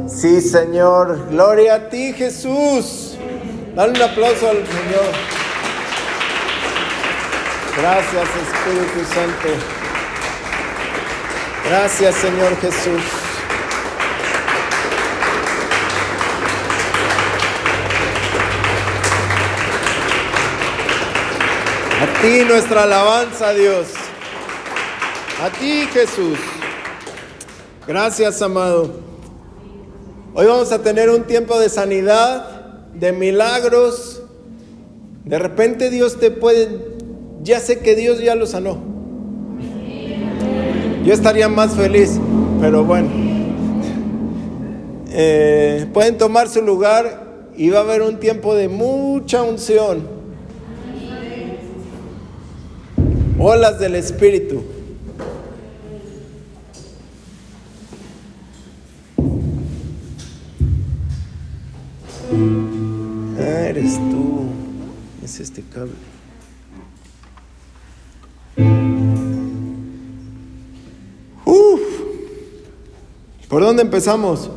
Sí, Señor. Gloria a ti, Jesús. Dale un aplauso al Señor. Gracias, Espíritu Santo. Gracias, Señor Jesús. A ti nuestra alabanza, Dios. A ti, Jesús. Gracias, amado. Hoy vamos a tener un tiempo de sanidad, de milagros. De repente Dios te puede... Ya sé que Dios ya lo sanó. Yo estaría más feliz, pero bueno. Pueden tomar su lugar y va a haber un tiempo de mucha unción. Olas del Espíritu. Eres tú. Es este cable. ¿Por dónde empezamos?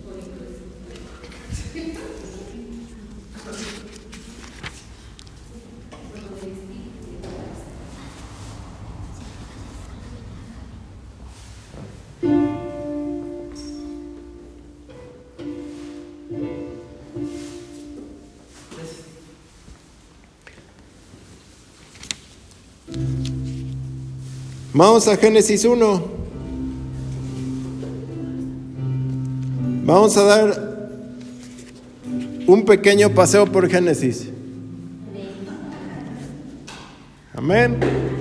Vamos a Génesis 1. Vamos a dar un pequeño paseo por Génesis. Amén.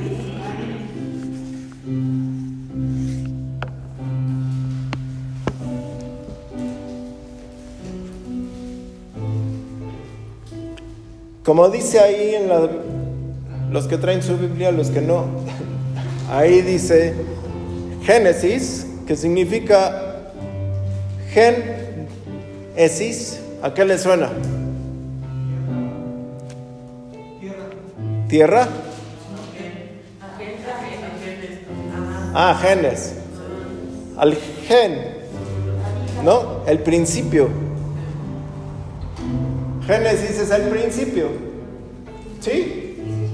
Como dice ahí en los que traen su Biblia, los que no, ahí dice Génesis, que significa Génesis. ¿A qué le suena? ¿Tierra? Genes. Al gen, ¿no? El principio. Génesis es el principio. ¿Sí?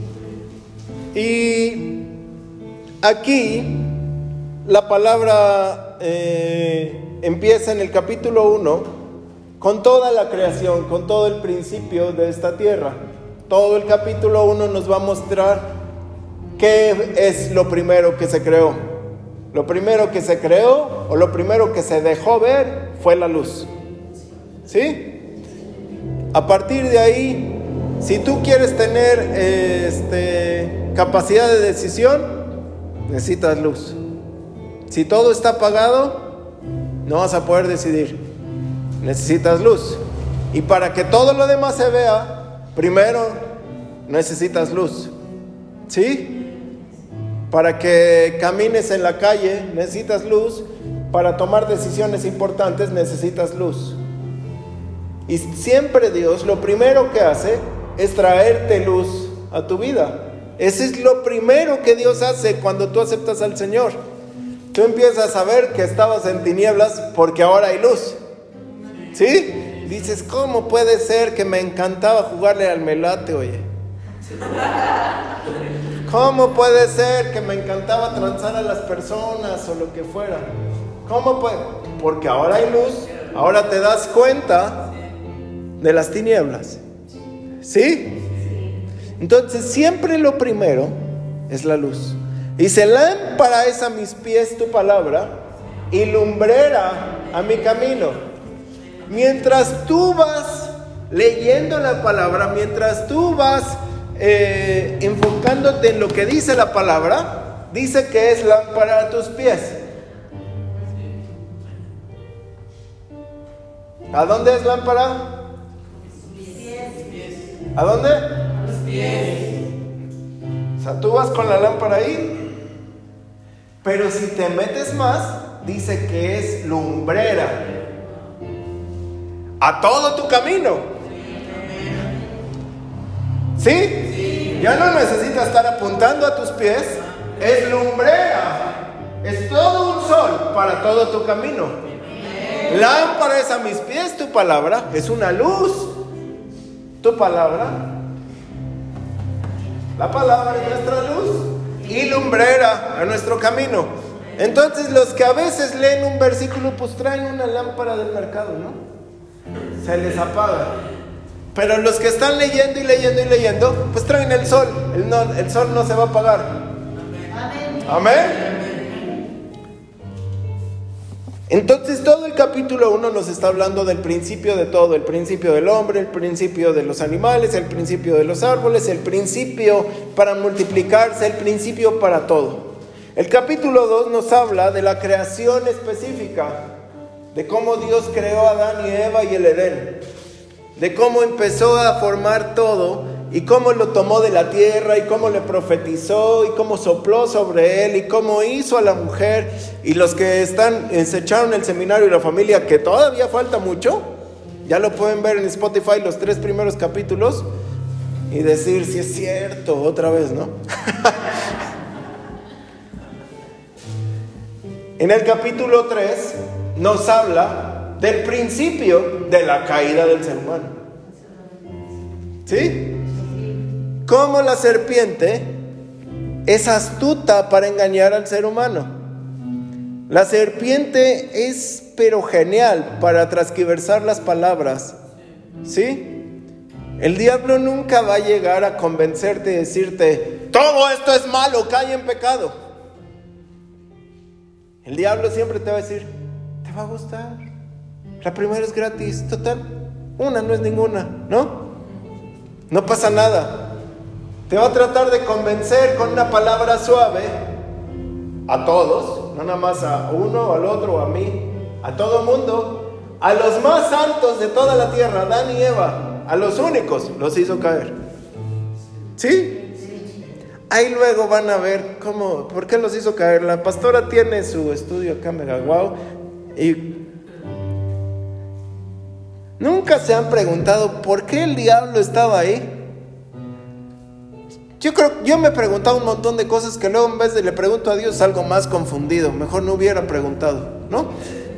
Y aquí la palabra empieza en el capítulo 1 con toda la creación, con todo el principio de esta tierra. Todo el capítulo 1 nos va a mostrar qué es lo primero que se creó. Lo primero que se creó o lo primero que se dejó ver fue la luz. ¿Sí? A partir de ahí, si tú quieres tener capacidad de decisión, necesitas luz. Si todo está apagado, no vas a poder decidir. Necesitas luz. Y para que todo lo demás se vea, primero necesitas luz. ¿Sí? Para que camines en la calle, necesitas luz. Para tomar decisiones importantes, necesitas luz. Y siempre Dios lo primero que hace es traerte luz a tu vida. Ese es lo primero que Dios hace cuando tú aceptas al Señor. Tú empiezas a ver que estabas en tinieblas porque ahora hay luz. ¿Sí? Dices, ¿cómo puede ser que me encantaba jugarle al melate, oye? ¿Cómo puede ser que me encantaba transar a las personas o lo que fuera? ¿Cómo puede? Porque ahora hay luz, ahora te das cuenta de las tinieblas. ¿Sí? Entonces siempre lo primero es la luz. Dice, lámpara es a mis pies tu palabra y lumbrera a mi camino. Mientras tú vas leyendo la palabra, mientras tú vas enfocándote en lo que dice la palabra, dice que es lámpara a tus pies. ¿A dónde es lámpara? ¿A dónde? A los pies. O sea, tú vas con la lámpara ahí. Pero si te metes más, dice que es lumbrera a todo tu camino. ¿Sí? Sí. Ya no necesitas estar apuntando a tus pies. Es lumbrera. Es todo un sol para todo tu camino. Lámpara es a mis pies tu palabra, es una luz. Tu palabra, la palabra es nuestra luz y lumbrera a nuestro camino. Entonces los que a veces leen un versículo, pues traen una lámpara del mercado, ¿no? Se les apaga. Pero los que están leyendo y leyendo y leyendo, pues traen el sol. El sol no se va a apagar. Amén. Entonces todo el capítulo 1 nos está hablando del principio de todo, el principio del hombre, el principio de los animales, el principio de los árboles, el principio para multiplicarse, el principio para todo. El capítulo 2 nos habla de la creación específica, de cómo Dios creó a Adán y Eva y el Edén, de cómo empezó a formar todo y cómo lo tomó de la tierra y cómo le profetizó y cómo sopló sobre él y cómo hizo a la mujer. Y los que se echaron el seminario y la familia, que todavía falta mucho, ya lo pueden ver en Spotify los 3 primeros capítulos y decir si es cierto otra vez, ¿no? En el capítulo 3 nos habla del principio de la caída del ser humano. ¿Sí? Cómo la serpiente es astuta para engañar al ser humano. La serpiente es pero genial para transgiversar las palabras. ¿Sí? El diablo nunca va a llegar a convencerte y decirte, todo esto es malo, cae en pecado. El diablo siempre te va a decir, te va a gustar. La primera es gratis, total. Una no es ninguna, ¿no? No pasa nada. Te va a tratar de convencer con una palabra suave a todos, no nada más a uno, al otro, a mí, a todo mundo, a los más santos de toda la tierra, Adán y Eva, a los únicos, los hizo caer. ¿Sí? Ahí luego van a ver cómo, por qué los hizo caer. La pastora tiene su estudio acá en Megaguao y nunca se han preguntado por qué el diablo estaba ahí. Yo me he preguntado un montón de cosas que luego en vez de le pregunto a Dios algo más confundido. Mejor no hubiera preguntado, ¿no?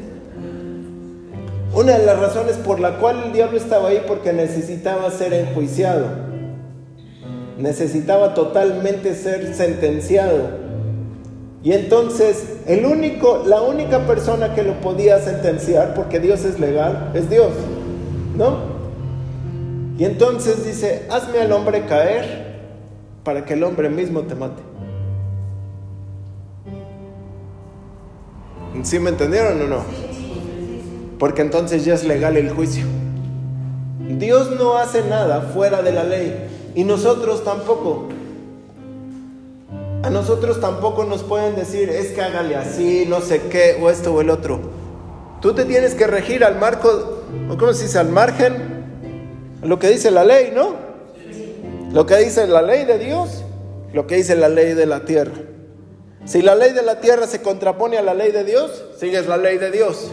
Una de las razones por la cual el diablo estaba ahí, porque necesitaba ser enjuiciado. Necesitaba totalmente ser sentenciado. Y entonces la única persona que lo podía sentenciar, porque Dios es legal, es Dios, ¿no? Y entonces dice, hazme al hombre caer para que el hombre mismo te mate. ¿Sí me entendieron o no? Porque entonces ya es legal el juicio. Dios no hace nada fuera de la ley. Y nosotros tampoco. A nosotros tampoco nos pueden decir, es que hágale así, no sé qué, o esto o el otro. Tú te tienes que regir al marco, o ¿cómo se dice? Al margen, a lo que dice la ley, ¿no? Lo que dice la ley de Dios, lo que dice la ley de la tierra. Si la ley de la tierra se contrapone a la ley de Dios, sigues la ley de Dios.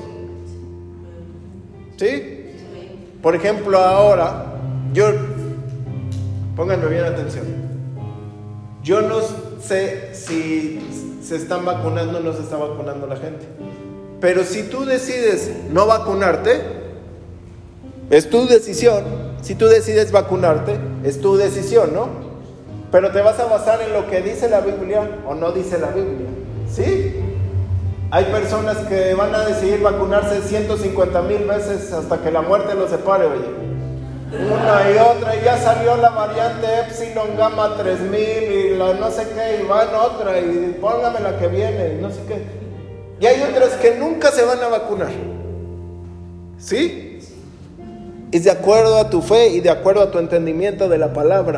¿Sí? Por ejemplo, ahora, pónganme bien atención. Yo no sé si se están vacunando o no se está vacunando la gente. Pero si tú decides no vacunarte, es tu decisión. Si tú decides vacunarte, es tu decisión, ¿no? Pero te vas a basar en lo que dice la Biblia o no dice la Biblia. ¿Sí? Hay personas que van a decidir vacunarse 150,000 veces hasta que la muerte los separe, oye. Una y otra, y ya salió la variante Epsilon Gamma 3000 y la no sé qué, y van otra, y póngame la que viene, y no sé qué. Y hay otras que nunca se van a vacunar. ¿Sí? Es de acuerdo a tu fe y de acuerdo a tu entendimiento de la palabra.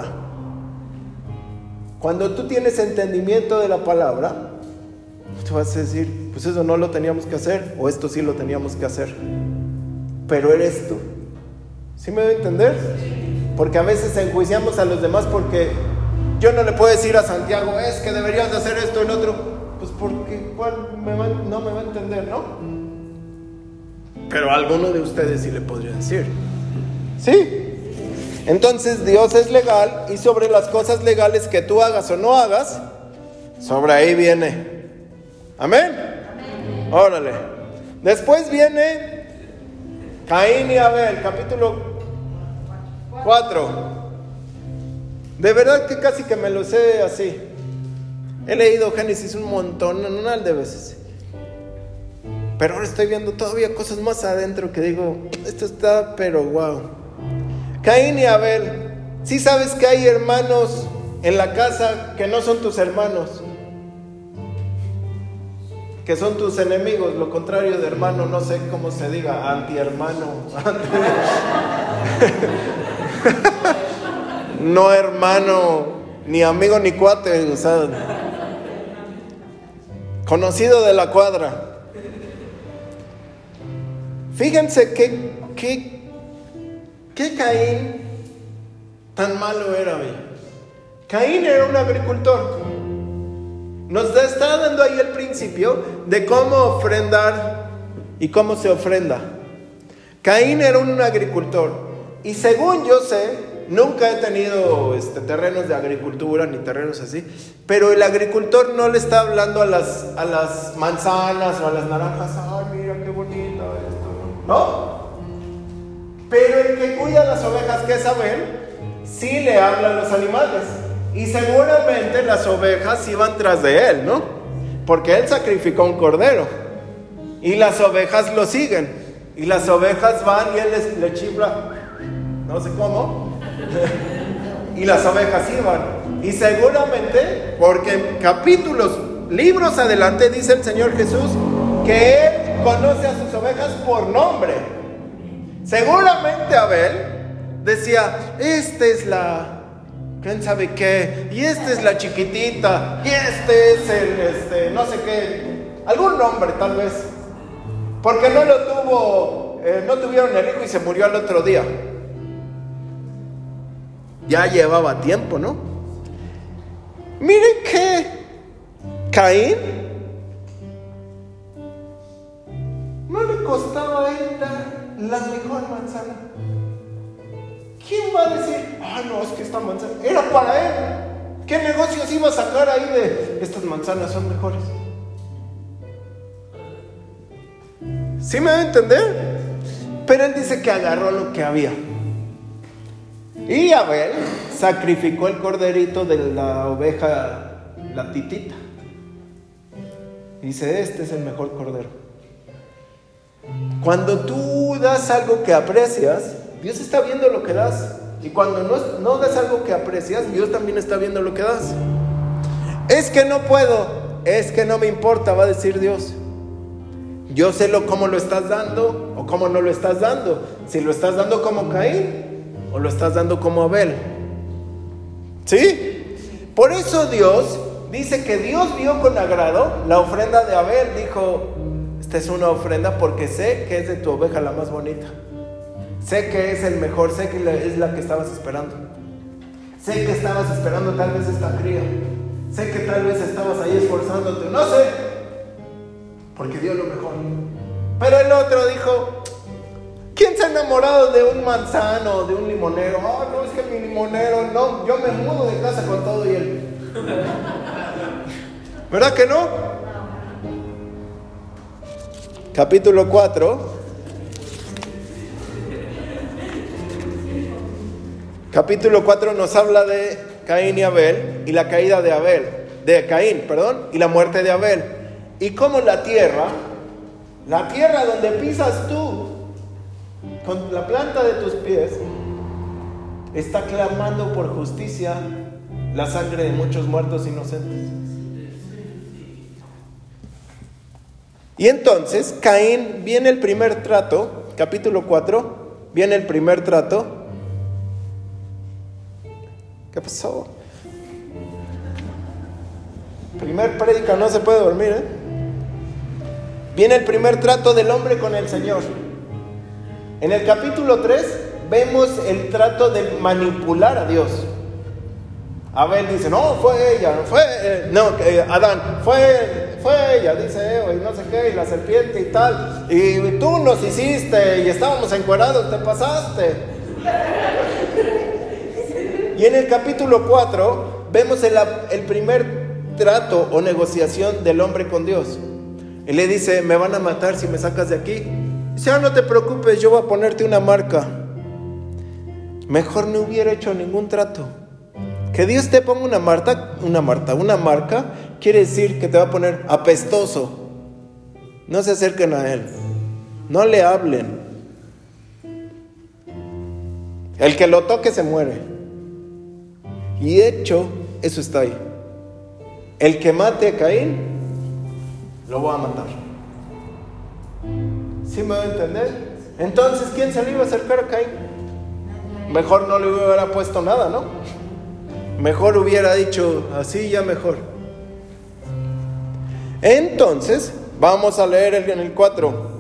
Cuando tú tienes entendimiento de la palabra, tú vas a decir, pues eso no lo teníamos que hacer, o esto sí lo teníamos que hacer. Pero eres tú. ¿Sí me voy a entender? Porque a veces enjuiciamos a los demás porque yo no le puedo decir a Santiago, es que deberías de hacer esto y el otro. Pues porque no me va a entender, ¿no? Pero a alguno de ustedes sí le podría decir. ¿Sí? Entonces Dios es legal y sobre las cosas legales que tú hagas o no hagas, sobre ahí viene. ¿Amén? Órale. Después viene Caín y Abel, capítulo 4. De verdad que casi que me lo sé así. He leído Génesis un montón de veces. Pero ahora estoy viendo todavía cosas más adentro que digo, esto está pero wow. Caín y Abel. ¿Sí sabes que hay hermanos en la casa que no son tus hermanos? Que son tus enemigos, lo contrario de hermano, no sé cómo se diga, antihermano. No hermano, ni amigo ni cuate, o sea, conocido de la cuadra. Fíjense que Caín tan malo era. Caín era un agricultor. Nos está dando ahí el principio de cómo ofrendar y cómo se ofrenda. Caín era un agricultor. Y según yo sé, nunca he tenido terrenos de agricultura ni terrenos así, pero el agricultor no le está hablando a las manzanas o a las naranjas. Ay, mira qué bonito esto, ¿no? Pero el que cuida las ovejas, que es Abel, sí le habla a los animales. Y seguramente las ovejas iban tras de él, ¿no? Porque él sacrificó un cordero. Y las ovejas lo siguen. Y las ovejas van y él le chifla, no sé cómo. Y las ovejas iban. Y seguramente, porque libros adelante dice el Señor Jesús que él conoce a sus ovejas por nombre. Seguramente Abel decía, esta es la... ¿quién sabe qué? Y esta es la chiquitita. Y este es el, no sé qué. Algún nombre tal vez. Porque no tuvieron el hijo y se murió al otro día. Ya llevaba tiempo, ¿no? Miren que Caín no le costaba a él dar la mejor manzana. ¿Quién va a decir, no, es que esta manzana era para él? ¿Qué negocios iba a sacar ahí de estas manzanas son mejores? ¿Sí me va a entender? Pero él dice que agarró lo que había. Y Abel sacrificó el corderito de la oveja, la titita. Dice, este es el mejor cordero. Cuando tú das algo que aprecias, Dios está viendo lo que das. Y cuando no das algo que aprecias, Dios también está viendo lo que das. Es que no puedo, es que no me importa, va a decir Dios. Yo sé cómo lo estás dando o cómo no lo estás dando. Si lo estás dando como Caín o lo estás dando como Abel. ¿Sí? Por eso Dios dice que Dios vio con agrado la ofrenda de Abel. Dijo, esta es una ofrenda porque sé que es de tu oveja la más bonita. Sé que es el mejor, sé que es la que estabas esperando. Sé que estabas esperando tal vez esta cría. Sé que tal vez estabas ahí esforzándote. No sé, porque dio lo mejor. Pero el otro dijo, ¿quién se ha enamorado de un manzano, de un limonero? No, es que mi limonero, no, yo me mudo de casa con todo y él. ¿Verdad que no? Capítulo 4. Capítulo 4 nos habla de Caín y Abel y la caída de Caín, y la muerte de Abel. Y cómo la tierra donde pisas tú, con la planta de tus pies, está clamando por justicia la sangre de muchos muertos inocentes. Y entonces Caín, viene el primer trato, capítulo 4, viene el primer trato. ¿Qué pasó? Primer prédica, no se puede dormir, ¿eh? Viene el primer trato del hombre con el Señor. En el capítulo 3 vemos el trato de manipular a Dios. Abel dice, no, fue ella, Adán, fue ella, dice Eva, y no sé qué, y la serpiente y tal, y tú nos hiciste, y estábamos encuerados, te pasaste. Y en el capítulo 4 vemos el primer trato o negociación del hombre con Dios. Él le dice, me van a matar si me sacas de aquí. Dice, no te preocupes, yo voy a ponerte una marca. Mejor no hubiera hecho ningún trato. Que Dios te ponga una marca, quiere decir que te va a poner apestoso. No se acerquen a Él, no le hablen. El que lo toque se muere. Y de hecho, eso está ahí. El que mate a Caín, lo voy a matar. ¿Sí me va a entender? Entonces, ¿quién se le iba a acercar a Caín? Mejor no le hubiera puesto nada, ¿no? Mejor hubiera dicho, así ya mejor. Entonces, vamos a leer en el 4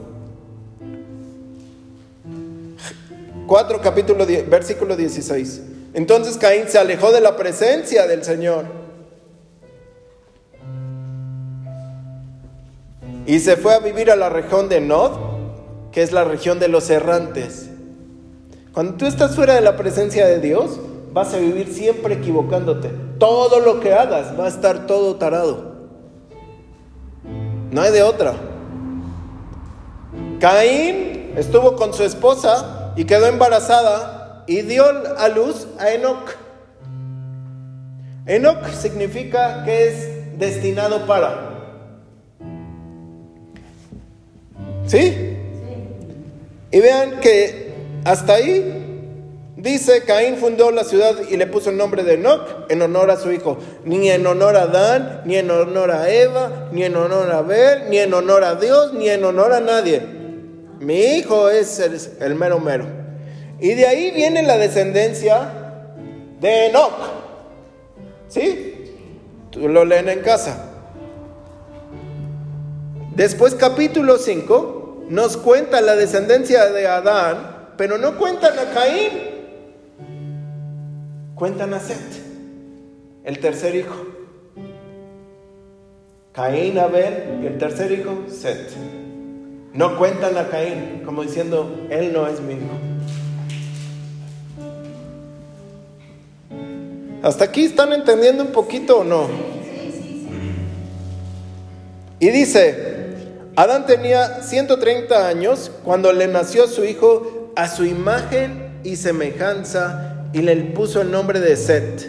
capítulo 10, versículo 16. Entonces Caín se alejó de la presencia del Señor y se fue a vivir a la región de Nod, que es la región de los errantes. Cuando tú estás fuera de la presencia de Dios, vas a vivir siempre equivocándote. Todo lo que hagas va a estar todo tarado. No hay de otra. Caín estuvo con su esposa y quedó embarazada y dio a luz a Enoc. Enoc significa que es destinado para. ¿Sí? Y vean que hasta ahí dice, Caín fundó la ciudad y le puso el nombre de Enoc en honor a su hijo. Ni en honor a Adán, ni en honor a Eva, ni en honor a Abel, ni en honor a Dios, ni en honor a nadie. Mi hijo es el mero mero. Y de ahí viene la descendencia de Enoc. ¿Sí? Tú lo leen en casa. Después capítulo 5 nos cuenta la descendencia de Adán, pero no cuentan a Caín. Cuentan a Set, el tercer hijo. Caín, Abel y el tercer hijo, Set. No cuentan a Caín, como diciendo, él no es mi hijo. ¿Hasta aquí están entendiendo un poquito o no? Y dice, Adán tenía 130 años cuando le nació su hijo a su imagen y semejanza, y le puso el nombre de Set.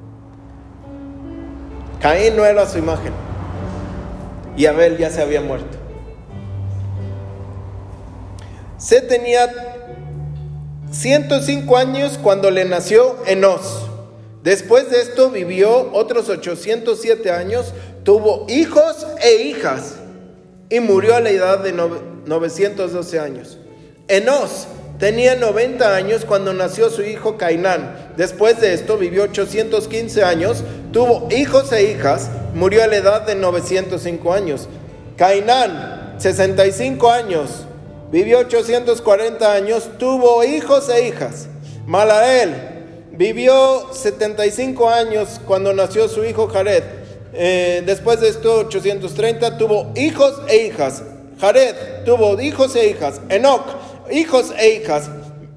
Caín no era su imagen y Abel ya se había muerto. Set tenía 105 años cuando le nació Enos. Después de esto vivió otros 807 años, tuvo hijos e hijas y murió a la edad de 912 años. Enos tenía 90 años cuando nació su hijo Cainán. Después de esto vivió 815 años, tuvo hijos e hijas, murió a la edad de 905 años. Cainán, 65 años, vivió 840 años, tuvo hijos e hijas. Malael vivió 75 años cuando nació su hijo Jared. Después de esto 830, tuvo hijos e hijas. Jared tuvo hijos e hijas. Enoc, hijos e hijas.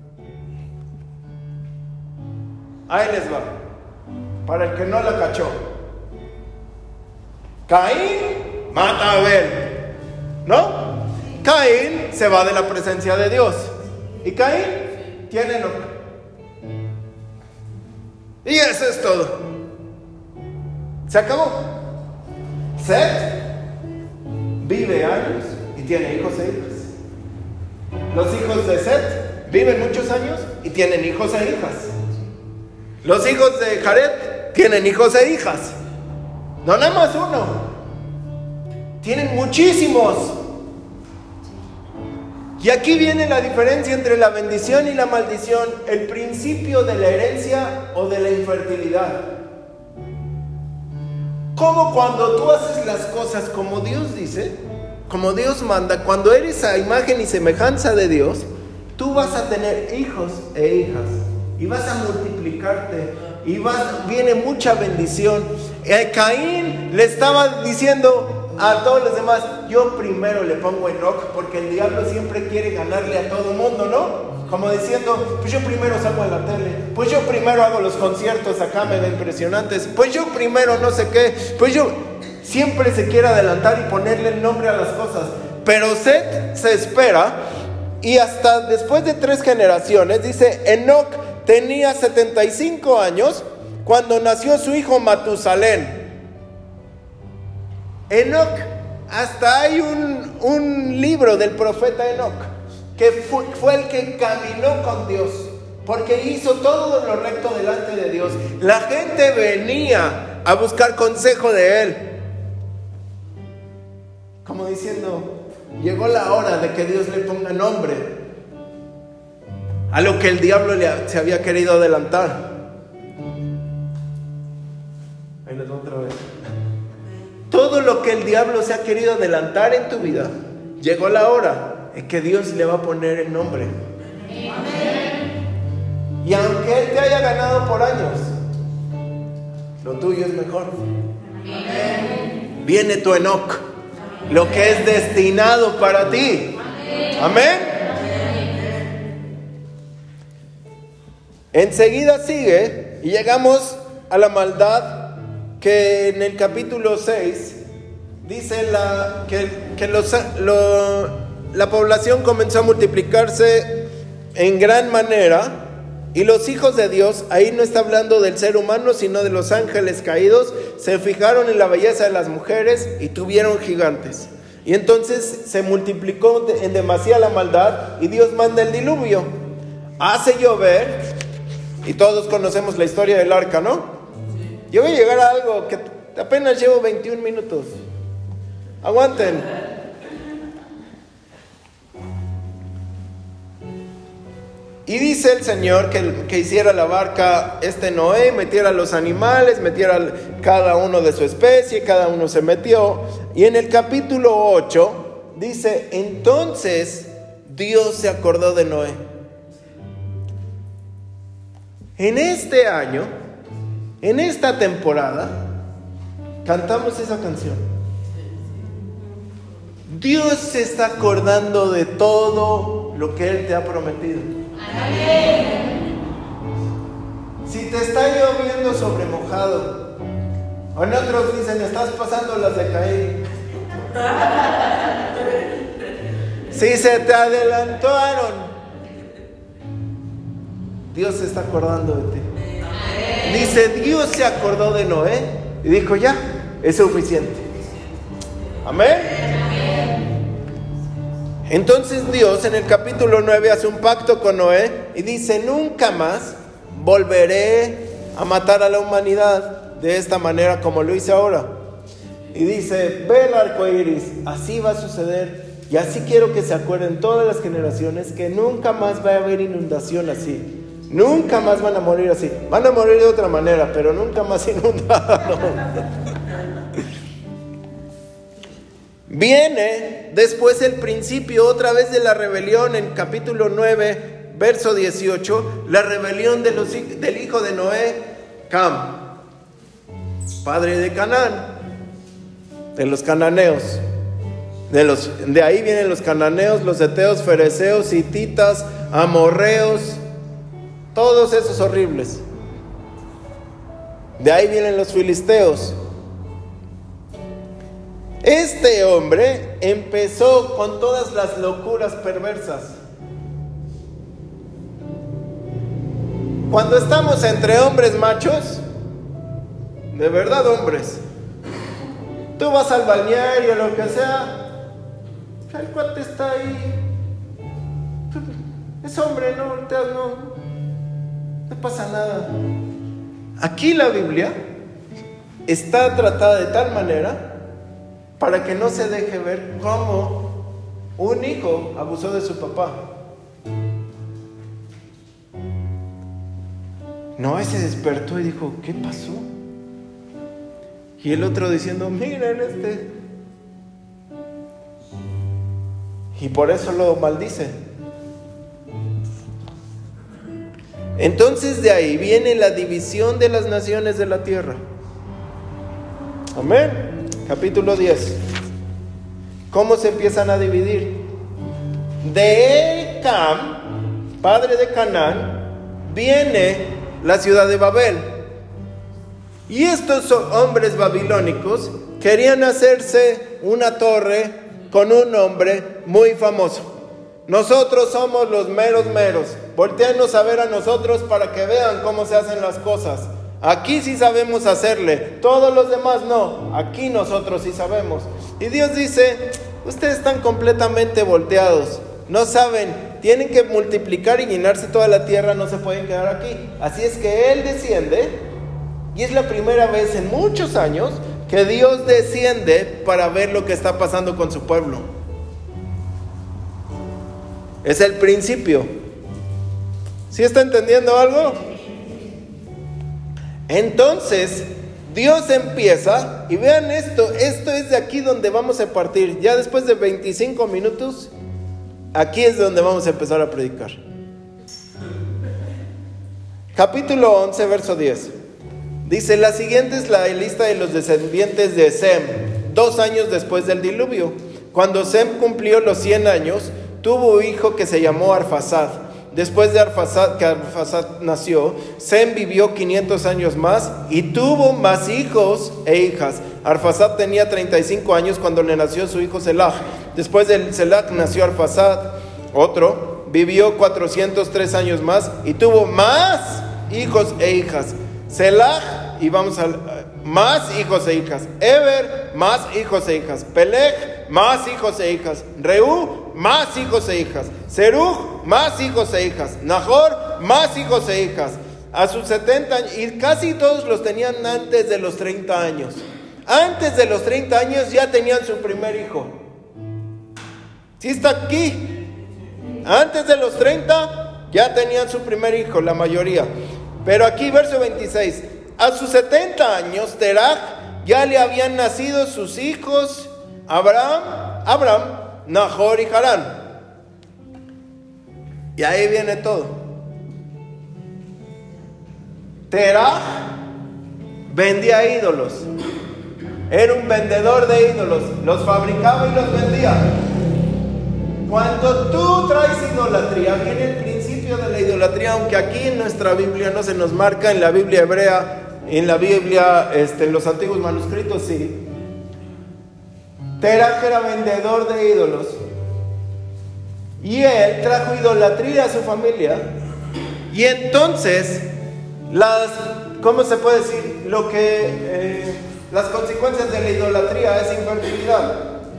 Ahí les va, para el que no la cachó. Caín mata a Abel, ¿no? Caín se va de la presencia de Dios y Caín tiene Enoc. Y eso es todo. Se acabó. Set vive años y tiene hijos e hijas. Los hijos de Set viven muchos años y tienen hijos e hijas. Los hijos de Jared tienen hijos e hijas. No nada más uno. Tienen muchísimos. Y aquí viene la diferencia entre la bendición y la maldición, el principio de la herencia o de la infertilidad. Como cuando tú haces las cosas como Dios dice, como Dios manda, cuando eres a imagen y semejanza de Dios, tú vas a tener hijos e hijas y vas a multiplicarte y viene mucha bendición. Caín le estaba diciendo a todos los demás, yo primero le pongo Enoc, porque el diablo siempre quiere ganarle a todo mundo, ¿no? Como diciendo, pues yo primero salgo en la tele, pues yo primero hago los conciertos acá mega impresionantes, pues yo primero no sé qué, pues yo siempre se quiere adelantar y ponerle el nombre a las cosas. Pero Set se espera Y hasta después de 3 generaciones, dice, Enoc tenía 75 años cuando nació su hijo Matusalén. Enoc, hasta hay un libro del profeta Enoc, que fue el que caminó con Dios, porque hizo todo lo recto delante de Dios. La gente venía a buscar consejo de él, como diciendo, llegó la hora de que Dios le ponga nombre a lo que el diablo se había querido adelantar. Ahí les va otra vez. Todo lo que el diablo se ha querido adelantar en tu vida, llegó la hora en que Dios le va a poner el nombre. Y aunque Él te haya ganado por años, lo tuyo es mejor. Viene tu Enoc, lo que es destinado para ti. Amén. Enseguida sigue y llegamos a la maldad, que en el capítulo 6 dice que la población comenzó a multiplicarse en gran manera, y los hijos de Dios, ahí no está hablando del ser humano sino de los ángeles caídos, se fijaron en la belleza de las mujeres y tuvieron gigantes. Y entonces se multiplicó en demasía la maldad, y Dios manda el diluvio, hace llover, y todos conocemos la historia del arca, ¿no? Yo voy a llegar a algo que apenas llevo 21 minutos. Aguanten. Y dice el Señor que hiciera la barca Noé, metiera los animales, metiera cada uno de su especie, cada uno se metió. Y en el capítulo 8 dice, entonces Dios se acordó de Noé. En este año, en esta temporada, cantamos esa canción. Dios se está acordando de todo lo que Él te ha prometido. Amén. Si te está lloviendo sobre mojado, o en otros dicen, estás pasando las de caer. Si se te adelantaron, Dios se está acordando de ti. Dice, Dios se acordó de Noé y dijo, ya, es suficiente. Amén. Entonces Dios en el capítulo 9 hace un pacto con Noé y dice, nunca más volveré a matar a la humanidad de esta manera como lo hice ahora. Y dice, ve el arco iris, así va a suceder, y así quiero que se acuerden todas las generaciones que nunca más va a haber inundación así. Nunca más van a morir así. Van a morir de otra manera, pero nunca más inundados. Viene después el principio otra vez de la rebelión en capítulo 9, verso 18. La rebelión del hijo de Noé, Cam, padre de Canaán, de los cananeos. De ahí vienen los cananeos, los heteos, fereceos, hititas, amorreos, todos esos horribles. De ahí vienen los filisteos. Este hombre empezó con todas las locuras perversas. Cuando estamos entre hombres machos, de verdad hombres, tú vas al balneario o lo que sea, el cuate está ahí, es hombre, no pasa nada. Aquí la Biblia está tratada de tal manera para que no se deje ver cómo un hijo abusó de su papá. Noé se despertó y dijo, ¿qué pasó? Y el otro diciendo, miren este. Y por eso lo maldice. Entonces de ahí viene la división de las naciones de la tierra. Amén. Capítulo 10. ¿Cómo se empiezan a dividir? De Cam, padre de Canaán, viene la ciudad de Babel. Y estos hombres babilónicos querían hacerse una torre con un hombre muy famoso. Nosotros somos los meros meros. Voltéanos a ver a nosotros para que vean cómo se hacen las cosas. Aquí sí sabemos hacerle, todos los demás no. Aquí nosotros sí sabemos. Y Dios dice, ustedes están completamente volteados. No saben, tienen que multiplicar y llenarse toda la tierra, no se pueden quedar aquí. Así es que Él desciende, y es la primera vez en muchos años que Dios desciende para ver lo que está pasando con su pueblo. Es el principio. ¿Sí está entendiendo algo? Entonces, Dios empieza, y vean esto es de aquí donde vamos a partir. Ya después de 25 minutos, aquí es donde vamos a empezar a predicar. Capítulo 11, verso 10. Dice, la siguiente es la lista de los descendientes de Sem, 2 años después del diluvio. Cuando Sem cumplió los 100 años, tuvo un hijo que se llamó Arfaxad. Después de que Arfaxad nació, Sem vivió 500 años más y tuvo más hijos e hijas. Arfaxad tenía 35 años cuando le nació su hijo Selah. Después de Selah nació Arfaxad, otro, vivió 403 años más y tuvo más hijos e hijas. Selah, y vamos a más hijos e hijas. Eber, más hijos e hijas. Peleg, más hijos e hijas. Reú, más hijos e hijas. Serug, más hijos e hijas. Nahor, más hijos e hijas. A sus 70 años, y casi todos los tenían antes de los 30 años. Antes de los 30 años ya tenían su primer hijo. ¿Sí está aquí? Antes de los 30 ya tenían su primer hijo, la mayoría. Pero aquí, verso 26. A sus 70 años, Terach, ya le habían nacido sus hijos Abraham, Nahor y Harán. Y ahí viene todo. Terach vendía ídolos. Era un vendedor de ídolos. Los fabricaba y los vendía. Cuando tú traes idolatría, viene el principio de la idolatría, aunque aquí en nuestra Biblia no se nos marca, en la Biblia hebrea, en la Biblia, en los antiguos manuscritos sí. Terach era vendedor de ídolos. Y él trajo idolatría a su familia. Y entonces, ¿cómo se puede decir? Las consecuencias de la idolatría es infertilidad.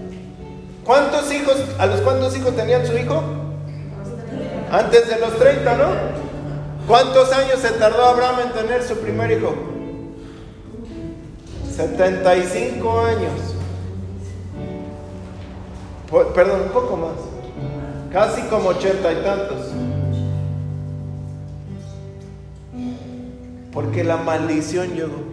¿A los cuántos hijos tenían su hijo? Antes de los 30, ¿no? ¿Cuántos años se tardó Abraham en tener su primer hijo? 75 años. Perdón, un poco más. Casi como 80 y tantos. Porque la maldición llegó.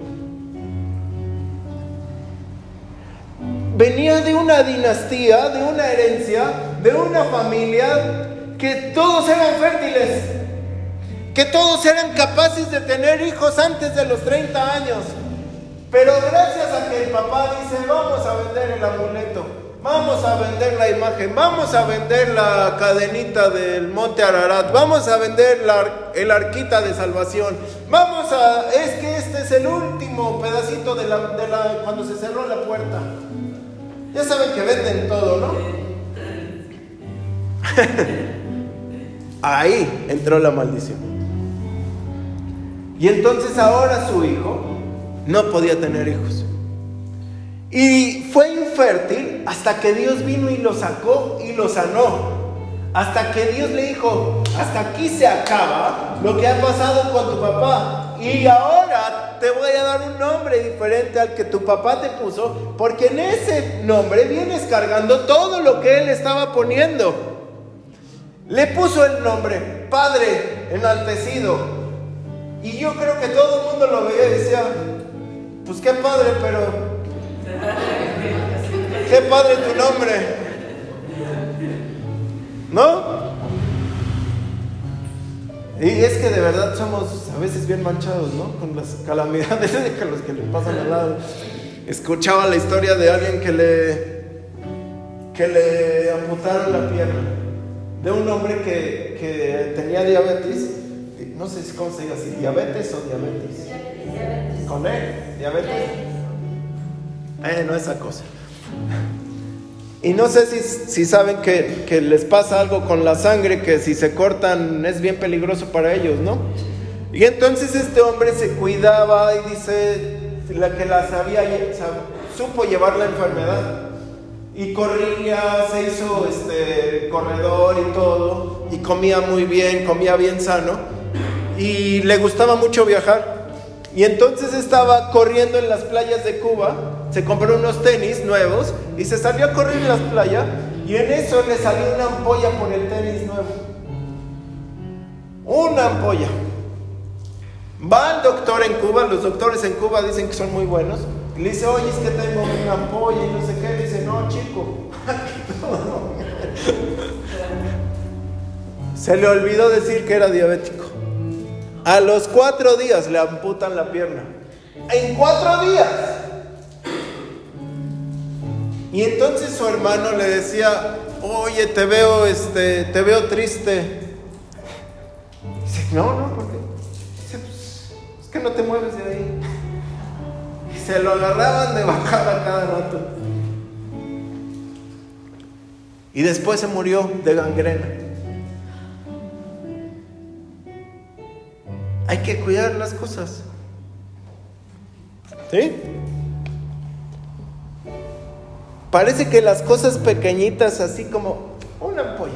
Venía de una dinastía, de una herencia, de una familia que todos eran fértiles, que todos eran capaces de tener hijos antes de los 30 años. Pero gracias a que el papá dice, vamos a vender el amuleto, vamos a vender la imagen, vamos a vender la cadenita del monte Ararat, vamos a vender el arquita de salvación, es que este es el último pedacito de cuando se cerró la puerta. Ya saben que venden todo, ¿no? Ahí entró la maldición. Y entonces ahora su hijo no podía tener hijos. Y fue infértil hasta que Dios vino y lo sacó y lo sanó. Hasta que Dios le dijo, hasta aquí se acaba lo que ha pasado con tu papá. Y ahora te voy a dar un nombre diferente al que tu papá te puso, porque en ese nombre vienes cargando todo lo que él estaba poniendo. Le puso el nombre Padre Enaltecido. Y yo creo que todo el mundo lo veía y decía, pues qué padre, pero qué padre tu nombre, ¿no? Y es que de verdad somos a veces bien manchados, ¿no? Con las calamidades de los que le pasan al lado. Escuchaba la historia de alguien que le amputaron la pierna, de un hombre que tenía diabetes. No sé cómo se diga así, diabetes o diabetes. ¿Con E? ¿Diabetes? No, esa cosa. Y no sé si saben que les pasa algo con la sangre, que si se cortan es bien peligroso para ellos, ¿no? Y entonces este hombre se cuidaba y dice supo llevar la enfermedad. Y corría, se hizo corredor y todo, y comía muy bien, comía bien sano, y le gustaba mucho viajar. Y entonces estaba corriendo en las playas de Cuba, se compró unos tenis nuevos y se salió a correr en las playas, y en eso le salió una ampolla por el tenis nuevo. Una ampolla. Va al doctor en Cuba, los doctores en Cuba dicen que son muy buenos. Le dice, oye, es que tengo una ampolla y no sé qué. Le dice, no, chico. Se le olvidó decir que era diabético. A los 4 días le amputan la pierna. En 4 días. Y entonces su hermano le decía, oye, te veo triste. Dice, no, ¿por qué? Dice, pues, es que no te mueves de ahí. Se lo agarraban de bajada cada rato. Y después se murió de gangrena. Hay que cuidar las cosas. ¿Sí? Parece que las cosas pequeñitas, así como una ampolla,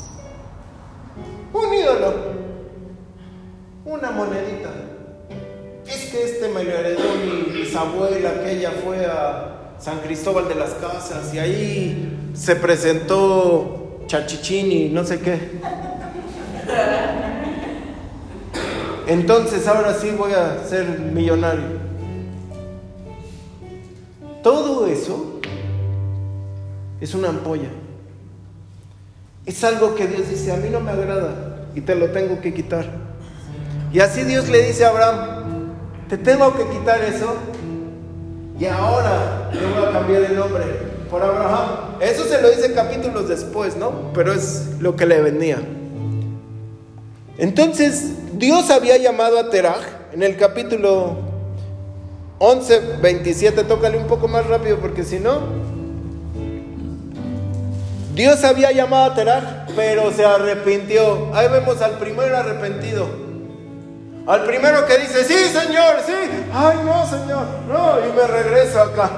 un ídolo, una monedita. Es que me lo heredó mi bisabuela, que ella fue a San Cristóbal de las Casas y ahí se presentó Chachichini, no sé qué. Entonces ahora sí voy a ser millonario. Todo eso es una ampolla. Es algo que Dios dice, a mí no me agrada y te lo tengo que quitar. Y así Dios le dice a Abraham, te tengo que quitar eso y ahora te voy a cambiar el nombre por Abraham. Eso se lo dice capítulos después, ¿no? Pero es lo que le venía. Entonces, Dios había llamado a Teraj en el capítulo 11, 27. Tócale un poco más rápido porque si no. Dios había llamado a Teraj, pero se arrepintió. Ahí vemos al primer arrepentido. Al primero que dice, sí, Señor, sí. Ay, no, Señor, no. Y me regreso acá.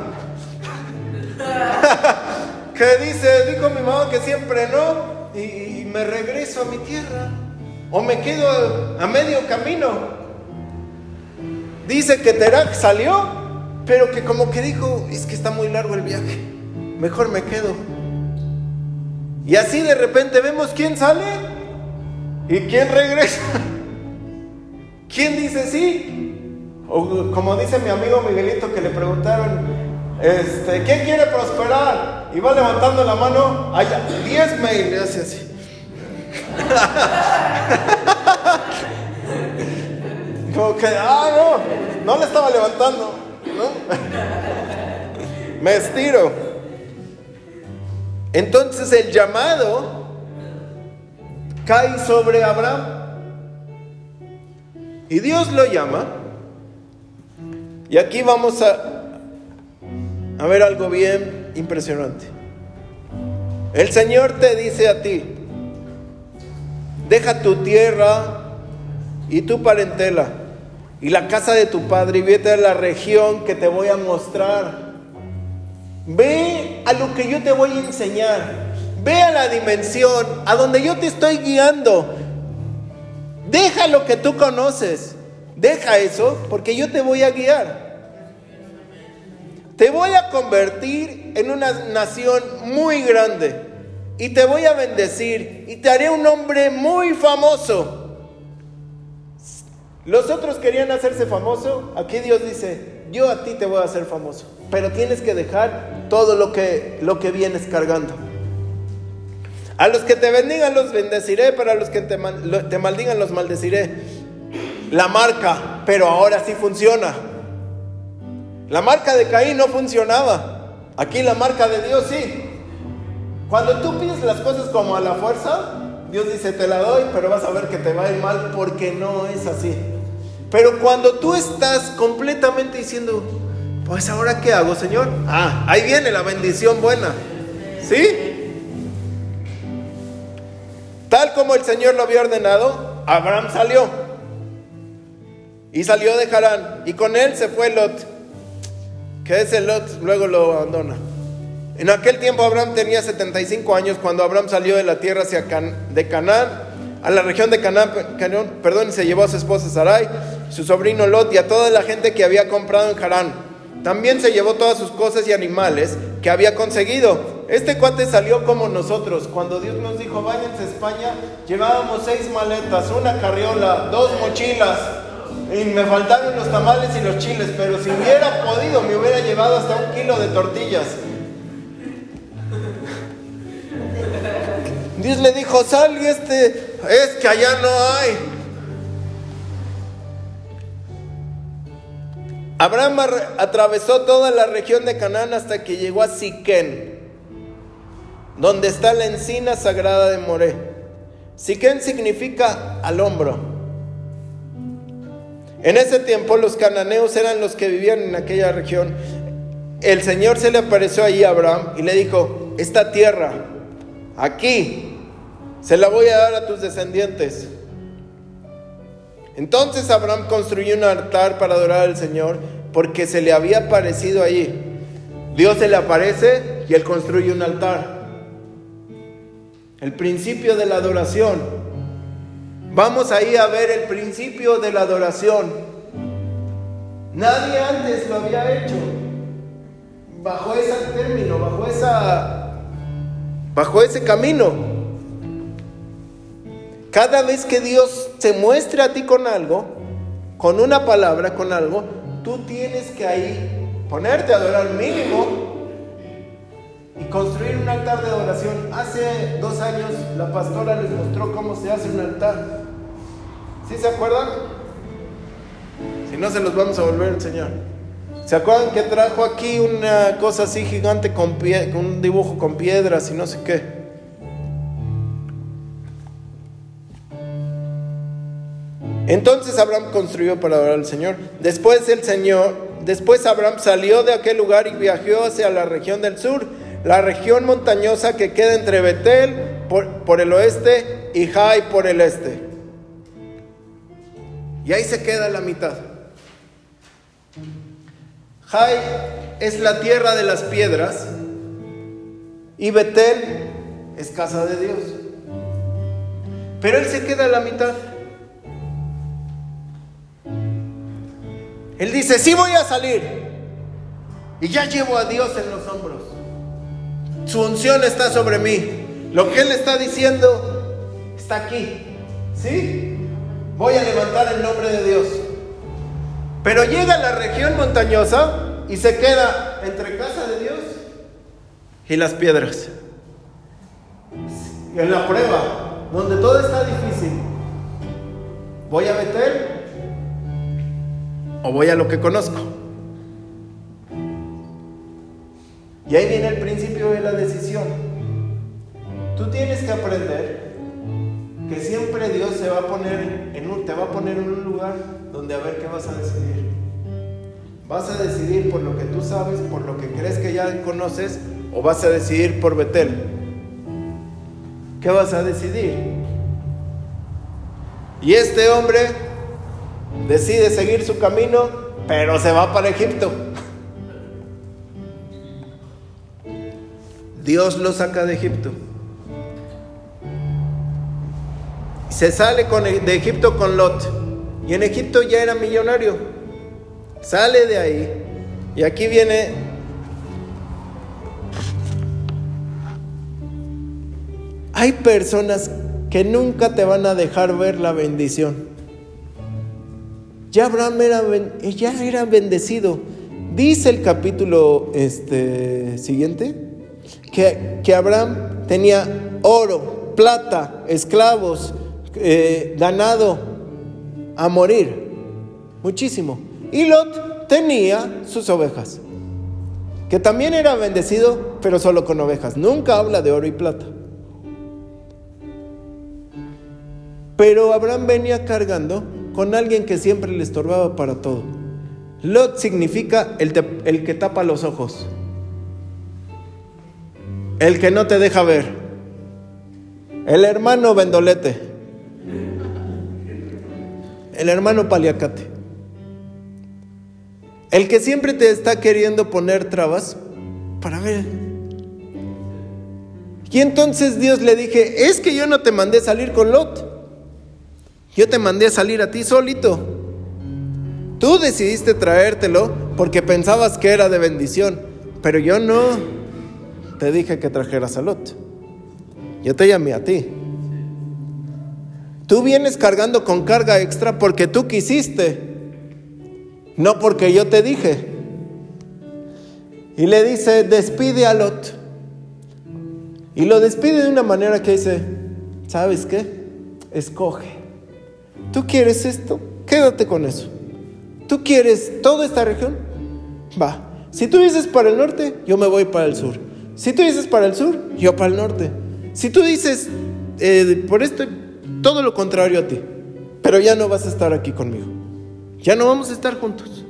Que dijo mi mamá que siempre no. Y me regreso a mi tierra. O me quedo a medio camino. Dice que Teraj salió, pero que como que dijo, es que está muy largo el viaje. Mejor me quedo. Y así de repente vemos quién sale y quién regresa. ¿Quién dice sí? O como dice mi amigo Miguelito, que le preguntaron, ¿quién quiere prosperar? Y va levantando la mano, allá, 10 mail, le hace así. Como que, no le estaba levantando, ¿no? Me estiro. Entonces el llamado cae sobre Abraham. Y Dios lo llama. Y aquí vamos a ver algo bien impresionante. El Señor te dice a ti, deja tu tierra y tu parentela y la casa de tu padre y vete a la región que te voy a mostrar. Ve a lo que yo te voy a enseñar. Ve a la dimensión a donde yo te estoy guiando. Deja lo que tú conoces. Deja eso porque yo te voy a guiar. Te voy a convertir en una nación muy grande y te voy a bendecir y te haré un hombre muy famoso. Los otros querían hacerse famoso. Aquí Dios dice, yo a ti te voy a hacer famoso, pero tienes que dejar todo lo que vienes cargando. A los que te bendigan los bendeciré, pero a los que te maldigan los maldeciré. La marca, pero ahora sí funciona. La marca de Caín no funcionaba. Aquí la marca de Dios sí. Cuando tú pides las cosas como a la fuerza, Dios dice, te la doy, pero vas a ver que te va a ir mal porque no es así. Pero cuando tú estás completamente diciendo, pues ahora ¿qué hago, Señor? Ahí viene la bendición buena. ¿Sí? Tal como el Señor lo había ordenado, Abraham salió. Y salió de Harán. Y con él se fue Lot. Que ese Lot luego lo abandona. En aquel tiempo Abraham tenía 75 años cuando Abraham salió de la tierra de Canaán, a la región de Canaán, y se llevó a su esposa Sarai, su sobrino Lot y a toda la gente que había comprado en Harán. También se llevó todas sus cosas y animales que había conseguido. Este cuate salió como nosotros. Cuando Dios nos dijo, váyanse a España, llevábamos 6 maletas, una carriola, 2 mochilas, y me faltaron los tamales y los chiles, pero si hubiera podido, me hubiera llevado hasta 1 kilo de tortillas. Dios le dijo, sal y es que allá no hay. Abraham atravesó toda la región de Canaán hasta que llegó a Siquén, donde está la encina sagrada de Moré. Siquén significa al hombro. En ese tiempo los cananeos eran los que vivían en aquella región. El Señor se le apareció allí a Abraham y le dijo, esta tierra, aquí, se la voy a dar a tus descendientes. Entonces Abraham construyó un altar para adorar al Señor, porque se le había aparecido allí. Dios se le aparece y él construye un altar. El principio de la adoración. Vamos ahí a ver el principio de la adoración. Nadie antes lo había hecho bajo ese término, bajo ese camino. Cada vez que Dios se muestre a ti con algo, con una palabra, con algo, tú tienes que ahí ponerte a adorar mínimo y construir un altar de adoración. Hace 2 años la pastora les mostró cómo se hace un altar. ¿Sí se acuerdan? Si no, se los vamos a volver a enseñar. ¿Se acuerdan que trajo aquí una cosa así gigante con un dibujo con piedras y no sé qué? Entonces Abraham construyó para adorar al Señor. Después Abraham salió de aquel lugar y viajó hacia la región del sur, la región montañosa que queda entre Betel por el oeste y Jai por el este. Y ahí se queda la mitad. Jai es la tierra de las piedras y Betel es casa de Dios. Pero él se queda a la mitad. Él dice, sí voy a salir. Y ya llevo a Dios en los hombros. Su unción está sobre mí. Lo que Él está diciendo está aquí. ¿Sí? Voy a levantar el nombre de Dios. Pero llega a la región montañosa y se queda entre casa de Dios y las piedras. Y en la prueba, donde todo está difícil, ¿voy a Betel o voy a lo que conozco? Y ahí viene el principio de la decisión. Tú tienes que aprender que siempre Dios te va a poner en un lugar donde a ver qué vas a decidir. ¿Vas a decidir por lo que tú sabes, por lo que crees que ya conoces, o vas a decidir por Betel? ¿Qué vas a decidir? Y este hombre decide seguir su camino, pero se va para Egipto. Dios lo saca de Egipto. Se sale de Egipto con Lot. Y en Egipto ya era millonario. Sale de ahí. Y aquí viene. Hay personas que nunca te van a dejar ver la bendición. Ya Abraham era bendecido. Dice el capítulo siguiente que Abraham tenía oro, plata, esclavos, ganado a morir, muchísimo. Y Lot tenía sus ovejas, que también era bendecido, pero solo con ovejas. Nunca habla de oro y plata. Pero Abraham venía cargando con alguien que siempre le estorbaba para todo. Lot significa el que tapa los ojos. el que no te deja ver, el hermano vendolete, el hermano paliacate, el que siempre te está queriendo poner trabas para ver. Y entonces Dios le dije, es que yo no te mandé salir con Lot, yo te mandé a salir a ti solito. Tú decidiste traértelo porque pensabas que era de bendición, pero yo no te dije que trajeras a Lot. Yo te llamé a ti. Tú vienes cargando con carga extra porque tú quisiste, no porque yo te dije. Y le dice, despide a Lot. Y lo despide de una manera que dice, ¿sabes qué? Escoge. ¿Tú quieres esto? Quédate con eso. ¿Tú quieres toda esta región? Va. Si tú dices para el norte, yo me voy para el sur. Si tú dices para el sur, yo para el norte. Si tú dices por esto, todo lo contrario a ti. Pero ya no vas a estar aquí conmigo. Ya no vamos a estar juntos.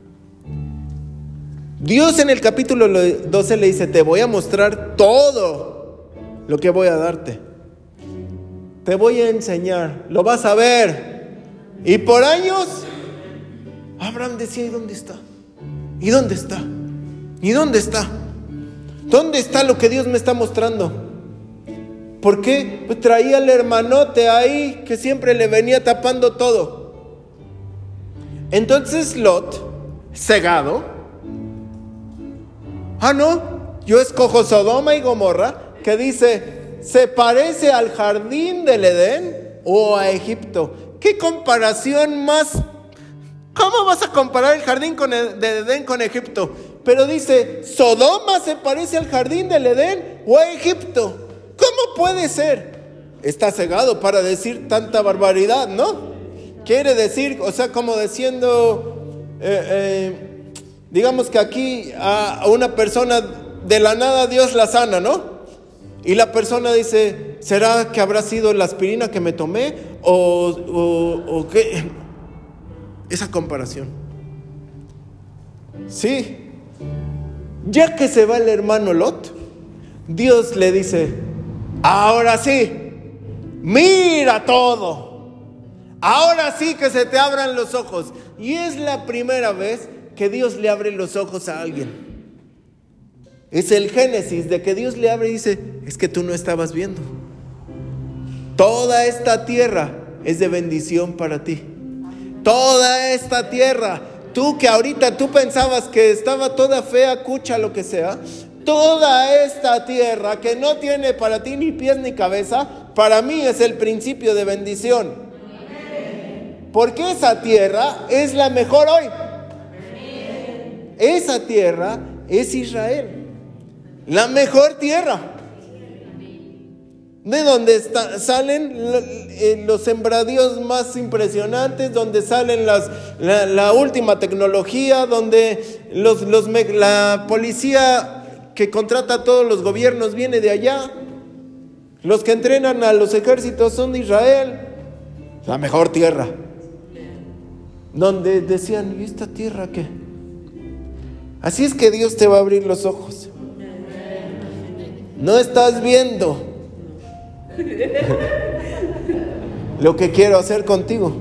Dios en el capítulo 12 le dice, te voy a mostrar todo lo que voy a darte. Te voy a enseñar, lo vas a ver. Y por años, Abraham decía, ¿y dónde está? ¿Y dónde está? ¿Y dónde está? ¿Dónde está lo que Dios me está mostrando? ¿Por qué? Pues traía al hermanote ahí que siempre le venía tapando todo. Entonces Lot, cegado, no, yo escojo Sodoma y Gomorra, que dice, ¿se parece al jardín del Edén o a Egipto? ¿Qué comparación más? ¿Cómo vas a comparar el jardín de Edén con Egipto? Pero dice, ¿Sodoma se parece al jardín del Edén o a Egipto? ¿Cómo puede ser? Está cegado para decir tanta barbaridad, ¿no? Quiere decir, o sea, como diciendo, digamos que aquí a una persona de la nada Dios la sana, ¿no? Y la persona dice, ¿será que habrá sido la aspirina que me tomé? ¿O qué? Esa comparación. Sí. Ya que se va el hermano Lot, Dios le dice, ahora sí, mira todo. Ahora sí que se te abran los ojos. Y es la primera vez que Dios le abre los ojos a alguien. Es el Génesis de que Dios le abre y dice, es que tú no estabas viendo. Toda esta tierra es de bendición para ti. Toda esta tierra, tú que ahorita tú pensabas que estaba toda fea, cucha, lo que sea, toda esta tierra que no tiene para ti ni pies ni cabeza, para mí es el principio de bendición. Porque esa tierra es la mejor hoy. Esa tierra es Israel. La mejor tierra. De donde salen los sembradíos más impresionantes, donde salen la última tecnología, donde la policía que contrata a todos los gobiernos viene de allá. Los que entrenan a los ejércitos son de Israel. La mejor tierra. Donde decían, ¿y esta tierra qué? Así es que Dios te va a abrir los ojos. No estás viendo lo que quiero hacer contigo.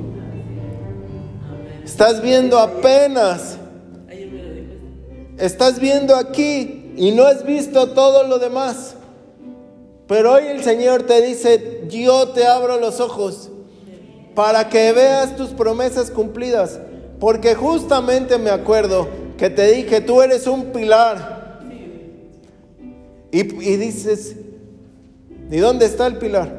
Estás viendo apenas. Estás viendo aquí y no has visto todo lo demás. Pero hoy el Señor te dice, yo te abro los ojos para que veas tus promesas cumplidas. Porque justamente me acuerdo que te dije, tú eres un pilar. Y dices, ¿y dónde está el pilar?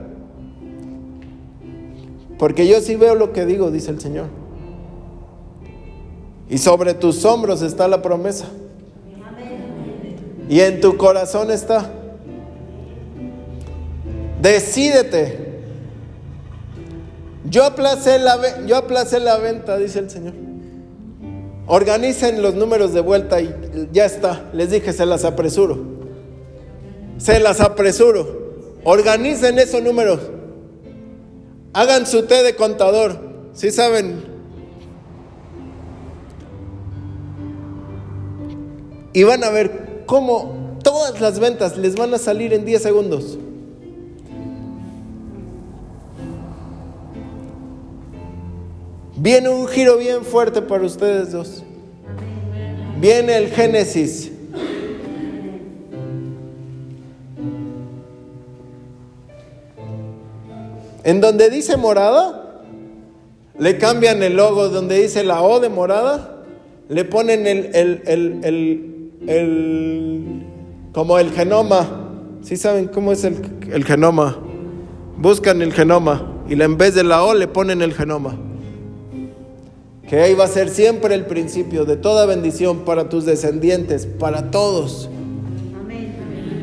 Porque yo sí veo lo que digo, dice el Señor. Y sobre tus hombros está la promesa. Y en tu corazón está. Decídete. Yo aplacé la venta, dice el Señor. Organicen los números de vuelta y ya está. Les dije, se las apresuro. Organicen esos números. Hagan su té de contador. ¿Sí saben? Y van a ver cómo todo todas las ventas les van a salir en 10 segundos. Viene un giro bien fuerte para ustedes dos. Viene el Génesis. En donde dice morada, le cambian el logo. Donde dice la O de morada, le ponen como el genoma. ¿Sí saben cómo es el genoma? Buscan el genoma y en vez de la O le ponen el genoma. Que ahí va a ser siempre el principio de toda bendición para tus descendientes, para todos. Amén.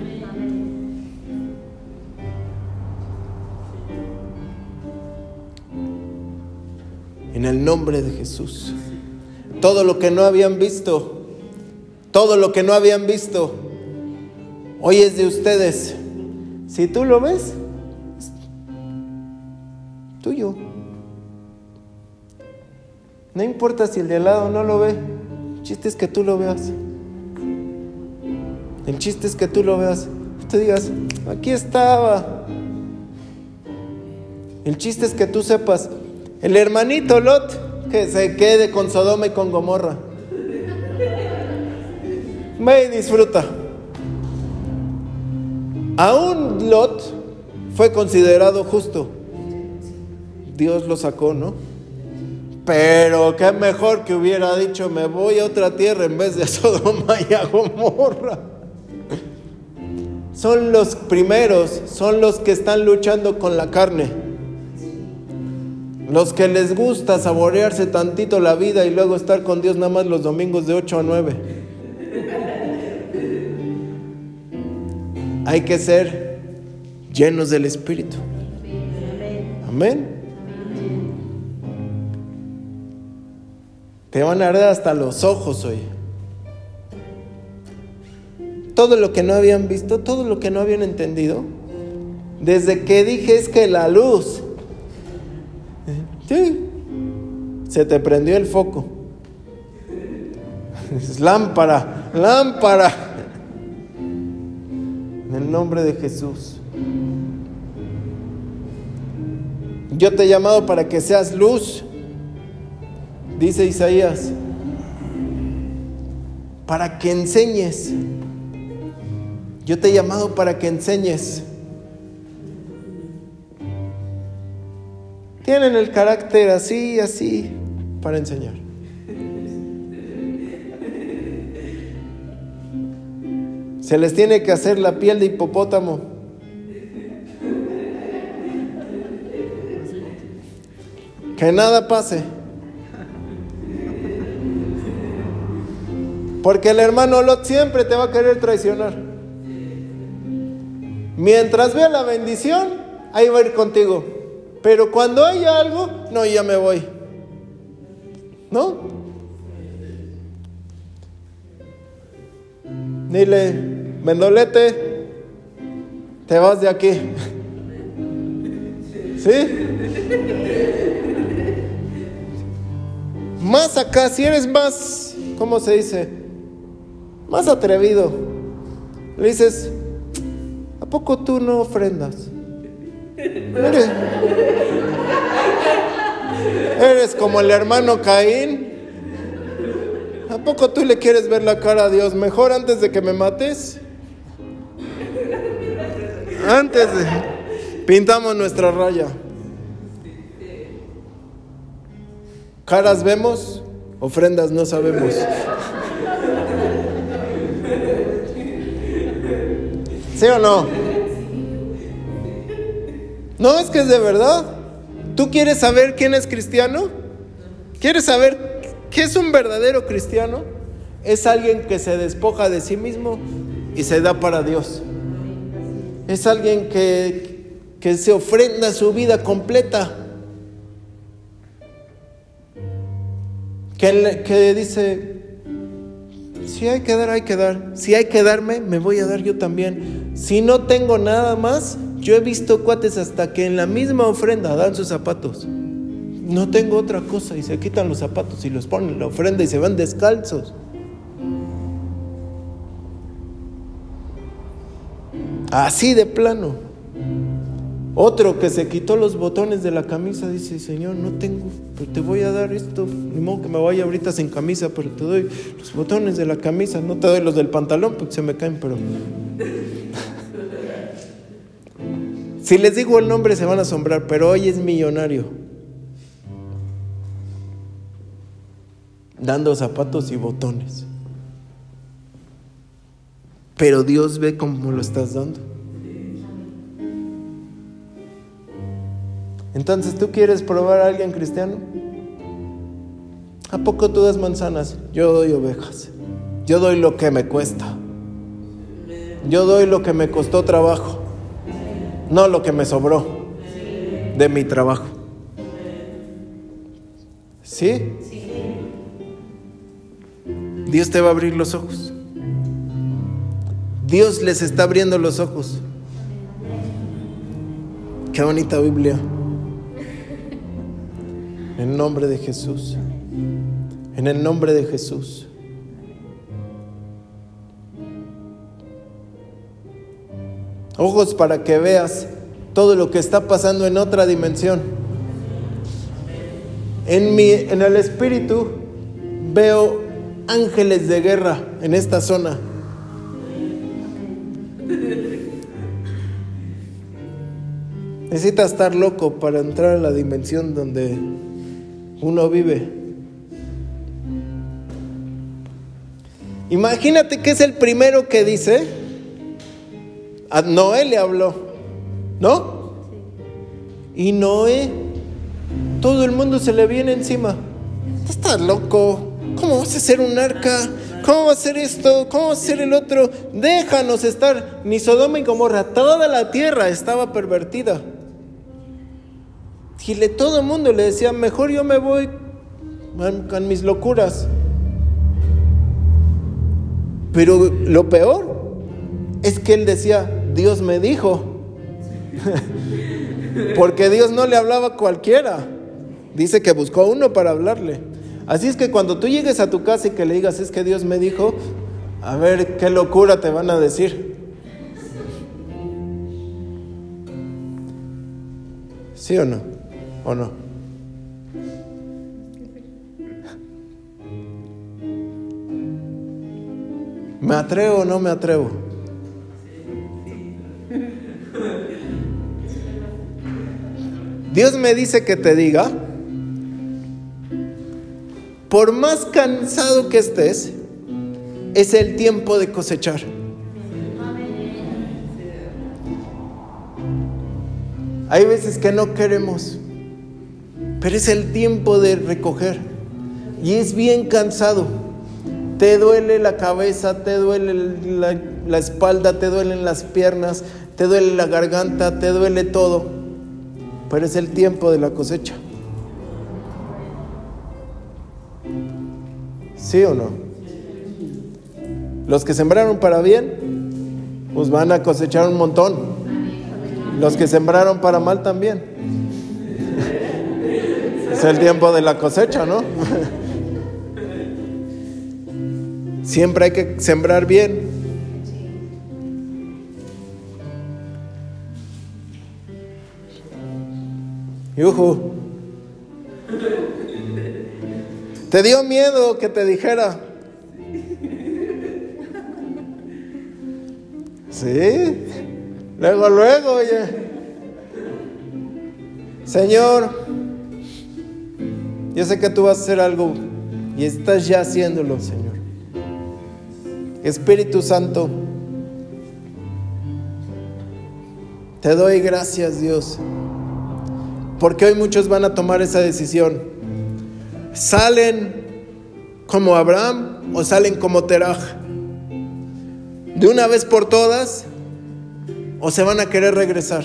En el nombre de Jesús. Todo lo que no habían visto, hoy es de ustedes. Si tú lo ves, es tuyo. No importa si el de al lado no lo ve. El chiste es que tú lo veas. El chiste es que tú lo veas. Tú digas, aquí estaba. El chiste es que tú sepas. El hermanito Lot, que se quede con Sodoma y con Gomorra. Ve y disfruta. Aún Lot fue considerado justo. Dios lo sacó, ¿no? Pero qué mejor que hubiera dicho, me voy a otra tierra en vez de a Sodoma y a Gomorra. Son los primeros, son los que están luchando con la carne. Los que les gusta saborearse tantito la vida y luego estar con Dios nada más los domingos de 8 a 9. Hay que ser llenos del Espíritu. Amén. Te van a arder hasta los ojos hoy. Todo lo que no habían visto, todo lo que no habían entendido. Desde que dije es que la luz, sí, se te prendió el foco. Es lámpara, lámpara. En el nombre de Jesús. Yo te he llamado para que seas luz. Dice Isaías, para que enseñes. Yo te he llamado para que enseñes. Tienen el carácter así, así, para enseñar. Se les tiene que hacer la piel de hipopótamo. Que nada pase. Porque el hermano Lot siempre te va a querer traicionar. Mientras vea la bendición, ahí va a ir contigo. Pero cuando haya algo, no, ya me voy. ¿No? Dile, Mendolete, te vas de aquí. ¿Sí? Más acá, si eres más, ¿cómo se dice? Más atrevido. Le dices, ¿a poco tú no ofrendas? Eres como el hermano Caín. ¿A poco tú le quieres ver la cara a Dios? Mejor antes de que me mates. Antes de... Pintamos nuestra raya. Caras vemos, ofrendas no sabemos. ¿Sí o no? No, es que es de verdad. ¿Tú quieres saber quién es cristiano? ¿Quieres saber qué es un verdadero cristiano? Es alguien que se despoja de sí mismo y se da para Dios. Es alguien que se ofrenda su vida completa. Que dice, si hay que dar, hay que dar. Si hay que darme, me voy a dar yo también. Si no tengo nada más, yo he visto cuates hasta que en la misma ofrenda dan sus zapatos. No tengo otra cosa, y se quitan los zapatos y los ponen en la ofrenda y se van descalzos. Así de plano. Otro que se quitó los botones de la camisa, dice: Señor, no tengo, pero te voy a dar esto. Ni modo que me vaya ahorita sin camisa, pero te doy los botones de la camisa. No te doy los del pantalón porque se me caen, pero... Si les digo el nombre se van a asombrar, pero hoy es millonario. Dando zapatos y botones. Pero Dios ve cómo lo estás dando. Entonces, ¿tú quieres probar a alguien cristiano? ¿A poco tú das manzanas? Yo doy ovejas. Yo doy lo que me cuesta. Yo doy lo que me costó trabajo, no lo que me sobró de mi trabajo. ¿Sí? Dios te va a abrir los ojos. Dios les está abriendo los ojos. Qué bonita Biblia. En el nombre de Jesús. En el nombre de Jesús. Ojos para que veas todo lo que está pasando en otra dimensión. En el espíritu veo ángeles de guerra en esta zona. Necesitas estar loco para entrar a la dimensión donde uno vive. Imagínate que es el primero que dice: a Noé le habló, ¿no? Y Noé, todo el mundo se le viene encima. ¿Estás loco? ¿Cómo vas a hacer un arca? ¿Cómo va a ser esto? ¿Cómo va a ser el otro? Déjanos estar. Ni Sodoma y Gomorra, toda la tierra estaba pervertida. Y todo el mundo le decía: mejor yo me voy con mis locuras. Pero lo peor es que él decía: Dios me dijo. Porque Dios no le hablaba a cualquiera. Dice que buscó a uno para hablarle. Así es que cuando tú llegues a tu casa y que le digas: es que Dios me dijo, a ver qué locura te van a decir. ¿Sí o no? ¿O no? ¿Me atrevo o no me atrevo? Dios me dice que te diga: por más cansado que estés, es el tiempo de cosechar. Hay veces que no queremos, pero es el tiempo de recoger. Y es bien cansado. Te duele la cabeza, te duele la espalda, te duelen las piernas, te duele la garganta, te duele todo. Pero es el tiempo de la cosecha. ¿Sí o no? Los que sembraron para bien, pues van a cosechar un montón. Los que sembraron para mal también. Es el tiempo de la cosecha, ¿no? Siempre hay que sembrar bien. ¡Yujú! ¿Te dio miedo que te dijera? ¿Sí? Luego, oye. Señor, yo sé que tú vas a hacer algo y estás ya haciéndolo, Señor. Espíritu Santo, te doy gracias, Dios, porque hoy muchos van a tomar esa decisión. ¿Salen como Abraham o salen como Teraj? ¿De una vez por todas o se van a querer regresar?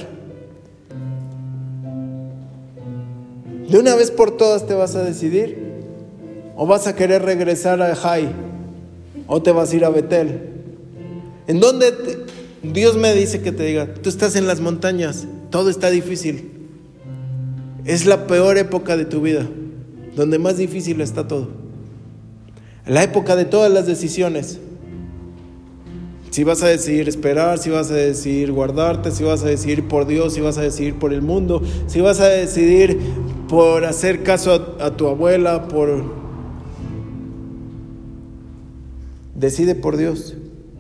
¿De una vez por todas te vas a decidir o vas a querer regresar a Jai o te vas a ir a Betel? ¿En dónde Dios me dice que te diga? Tú estás en las montañas, todo está difícil. Es la peor época de tu vida, donde más difícil está todo. La época de todas las decisiones. Si vas a decidir esperar, si vas a decidir guardarte, si vas a decidir por Dios, si vas a decidir por el mundo, si vas a decidir por hacer caso a tu abuela, decide por Dios.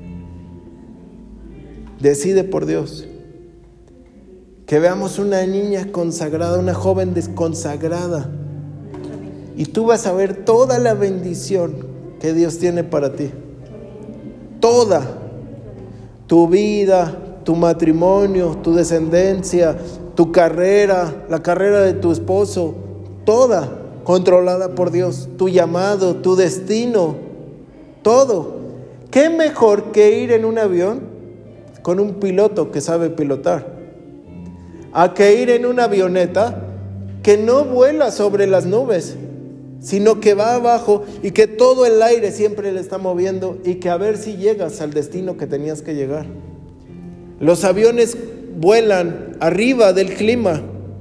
Decide por Dios. Que veamos una niña consagrada, una joven consagrada. Y tú vas a ver toda la bendición que Dios tiene para ti. Toda. Tu vida, tu matrimonio, tu descendencia, tu carrera, la carrera de tu esposo, toda controlada por Dios. Tu llamado, tu destino, todo. ¿Qué mejor que ir en un avión con un piloto que sabe pilotar? A que ir en una avioneta que no vuela sobre las nubes, sino que va abajo y que todo el aire siempre le está moviendo y que a ver si llegas al destino que tenías que llegar. Los aviones vuelan arriba del clima.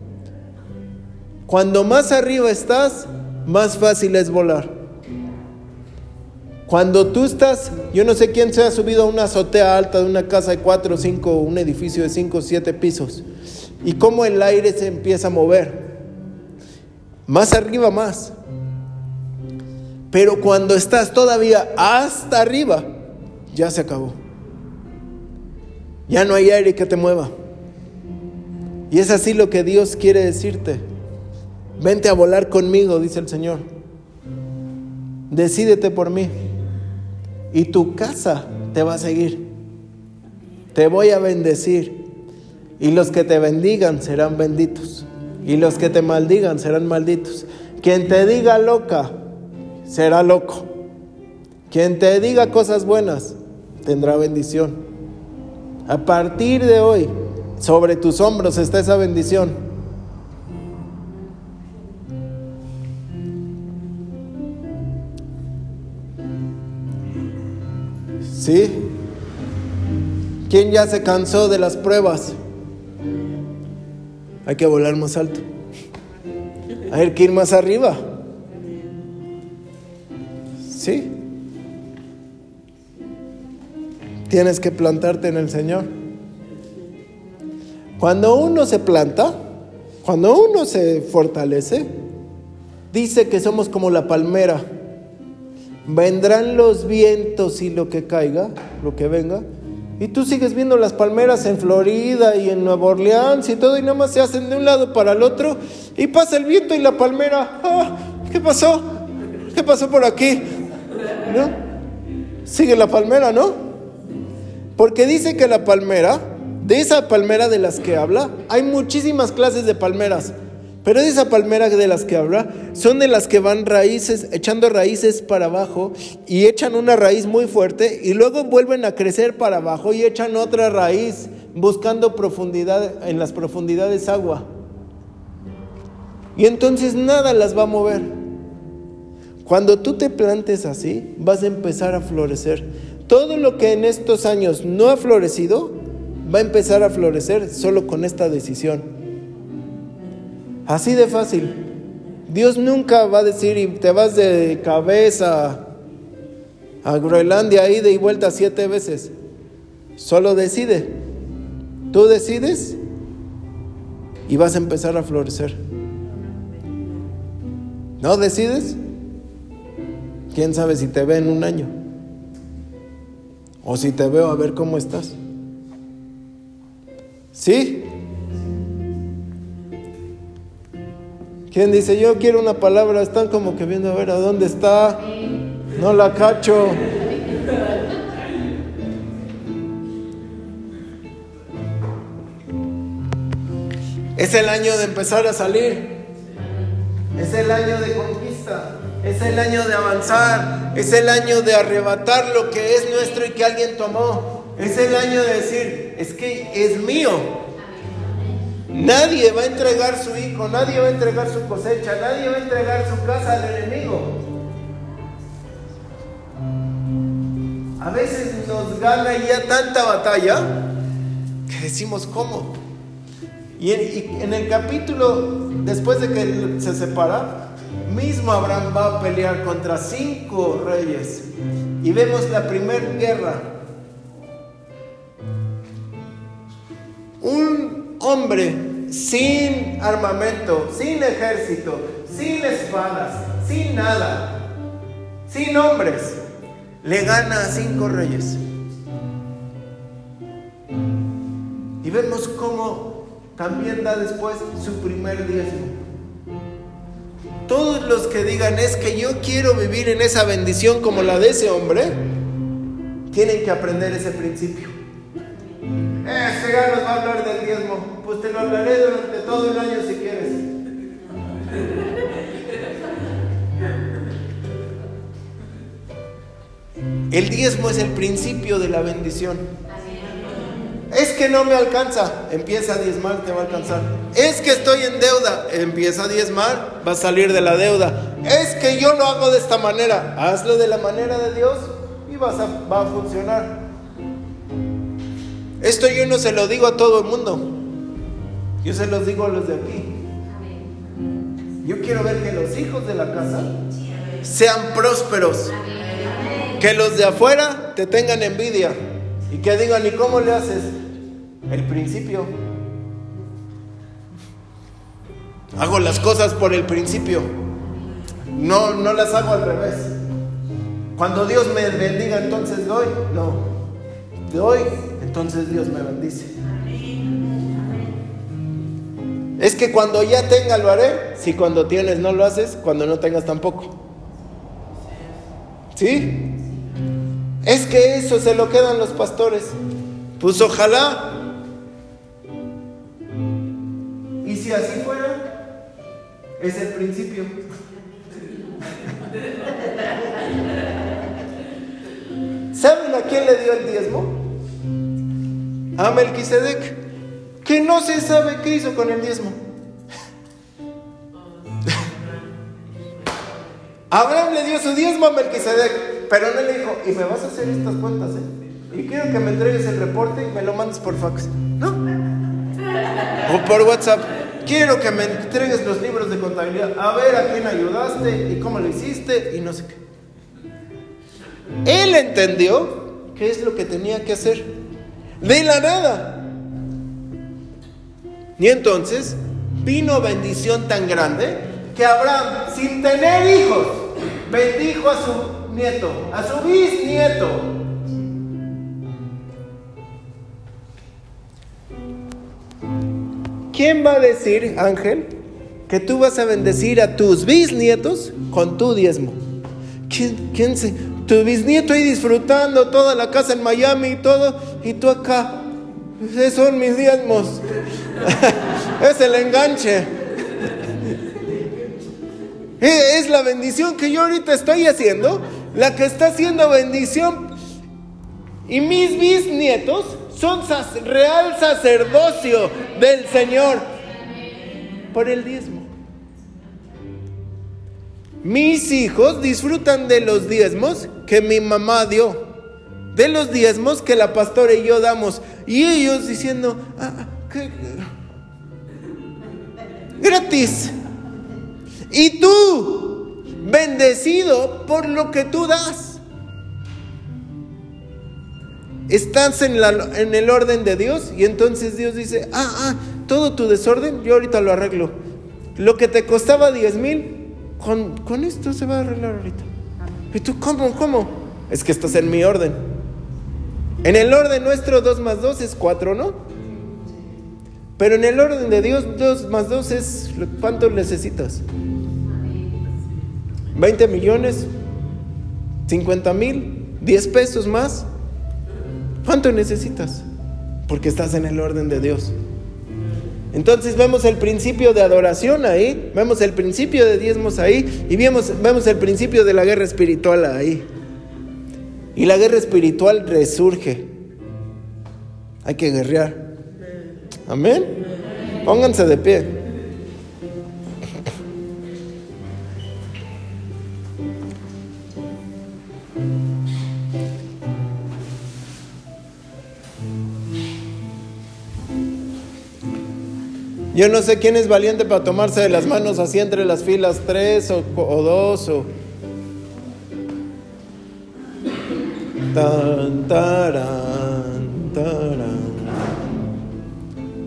Cuando más arriba estás, más fácil es volar. Cuando tú estás, yo no sé quién se ha subido a una azotea alta de una casa de 4 o 5, un edificio de 5 o 7 pisos, y cómo el aire se empieza a mover. Más arriba más. Pero cuando estás todavía hasta arriba, ya se acabó. Ya no hay aire que te mueva. Y es así lo que Dios quiere decirte. Vente a volar conmigo, dice el Señor. Decídete por mí. Y tu casa te va a seguir. Te voy a bendecir. Y los que te bendigan serán benditos. Y los que te maldigan serán malditos. Quien te diga loca, será loco. Quien te diga cosas buenas, tendrá bendición. A partir de hoy, sobre tus hombros está esa bendición. ¿Sí? ¿Quién ya se cansó de las pruebas? Hay que volar más alto. Hay que ir más arriba. ¿Sí? Tienes que plantarte en el Señor. Cuando uno se planta, cuando uno se fortalece, dice que somos como la palmera. Vendrán los vientos y lo que caiga, lo que venga, y tú sigues viendo las palmeras en Florida y en Nueva Orleans y todo, y nada más se hacen de un lado para el otro, y pasa el viento y la palmera, ¿qué pasó? ¿Qué pasó por aquí? ¿No? Sigue la palmera, ¿no? Porque dice que la palmera, de esa palmera de las que habla, hay muchísimas clases de palmeras, pero de esa palmera de las que habla, son de las que van raíces, echando raíces para abajo, y echan una raíz muy fuerte, y luego vuelven a crecer para abajo, y echan otra raíz, buscando profundidad, en las profundidades agua. Y entonces nada las va a mover. Cuando tú te plantes así, vas a empezar a florecer. Todo lo que en estos años no ha florecido, va a empezar a florecer solo con esta decisión. Así de fácil. Dios nunca va a decir, y te vas de cabeza a Groenlandia, ida y vuelta 7 veces. Solo decide. Tú decides y vas a empezar a florecer. ¿No decides? ¿Quién sabe si te ve en un año? O si te veo a ver cómo estás. ¿Sí? ¿Quién dice, yo quiero una palabra? Están como que viendo a ver a dónde está. No la cacho. Es el año de empezar a salir. Es el año de conquista. Es el año de avanzar. Es el año de arrebatar lo que es nuestro y que alguien tomó. Es el año de decir, es que es mío. Nadie va a entregar su hijo, nadie va a entregar su cosecha, nadie va a entregar su casa al enemigo. A veces nos gana ya tanta batalla que decimos, ¿cómo? Y en el capítulo, después de que se separa, mismo Abraham va a pelear contra 5 reyes. Y vemos la primera guerra. Un hombre sin armamento, sin ejército, sin espadas, sin nada, sin hombres, le gana a 5 reyes. Y vemos cómo también da después su primer diezmo. Todos los que digan, es que yo quiero vivir en esa bendición como la de ese hombre, tienen que aprender ese principio. Este ya nos va a hablar del diezmo. Pues te lo hablaré durante todo el año si quieres. El diezmo es el principio de la bendición. Es que no me alcanza, empieza a diezmar, te va a alcanzar. Es que estoy en deuda, empieza a diezmar, va a salir de la deuda. Es que yo lo hago de esta manera, hazlo de la manera de Dios y va a funcionar. Esto yo no se lo digo a todo el mundo, yo se los digo a los de aquí. Yo quiero ver que los hijos de la casa sean prósperos, que los de afuera te tengan envidia y que digan, ¿y cómo le haces? El principio. Hago las cosas por el principio, no las hago al revés. Cuando Dios me bendiga, entonces doy. No, doy, entonces Dios me bendice. Es que cuando ya tenga lo haré. Si cuando tienes no lo haces, cuando no tengas tampoco. ¿Sí? Es que eso se lo quedan los pastores. Pues ojalá. Y si así fuera, es el principio. ¿Saben a quién le dio el diezmo? A Melquisedec, que no se sabe qué hizo con el diezmo. Abraham le dio su diezmo a Melquisedec, pero no le dijo, y me vas a hacer estas cuentas, y quiero que me entregues el reporte y me lo mandes por fax. No. O por WhatsApp. Quiero que me entregues los libros de contabilidad. A ver a quién ayudaste y cómo lo hiciste y no sé qué. Él entendió qué es lo que tenía que hacer. De la nada. Y entonces vino bendición tan grande que Abraham, sin tener hijos, bendijo a su nieto, a su bisnieto. ¿Quién va a decir, Ángel, que tú vas a bendecir a tus bisnietos con tu diezmo? ¿Quién se? Tu bisnieto ahí disfrutando toda la casa en Miami y todo, y tú acá. Esos son mis diezmos. Es el enganche. Es la bendición que yo ahorita estoy haciendo, la que está haciendo bendición. Y mis bisnietos son real sacerdocio del Señor por el diezmo. Mis hijos disfrutan de los diezmos que mi mamá dio, de los diezmos que la pastora y yo damos, y ellos diciendo, ¿qué? Gratis. Y tú, bendecido por lo que tú das. Estás en el orden de Dios, y entonces Dios dice, todo tu desorden yo ahorita lo arreglo. Lo que te costaba 10,000, con esto se va a arreglar ahorita. ¿Y tú cómo? Es que estás en mi orden. En el orden nuestro 2 más 2 es 4, ¿no? Pero en el orden de Dios 2 más 2 es ¿cuánto necesitas? 20 millones, 50,000, 10 pesos más. ¿Cuánto necesitas? Porque estás en el orden de Dios. Entonces vemos el principio de adoración ahí, vemos el principio de diezmos ahí, y vemos el principio de la guerra espiritual ahí. Y la guerra espiritual resurge. Hay que guerrear. Amén. Pónganse de pie. Yo no sé quién es valiente para tomarse de las manos así entre las filas 3 o 2 o... Tan, tarán, tarán.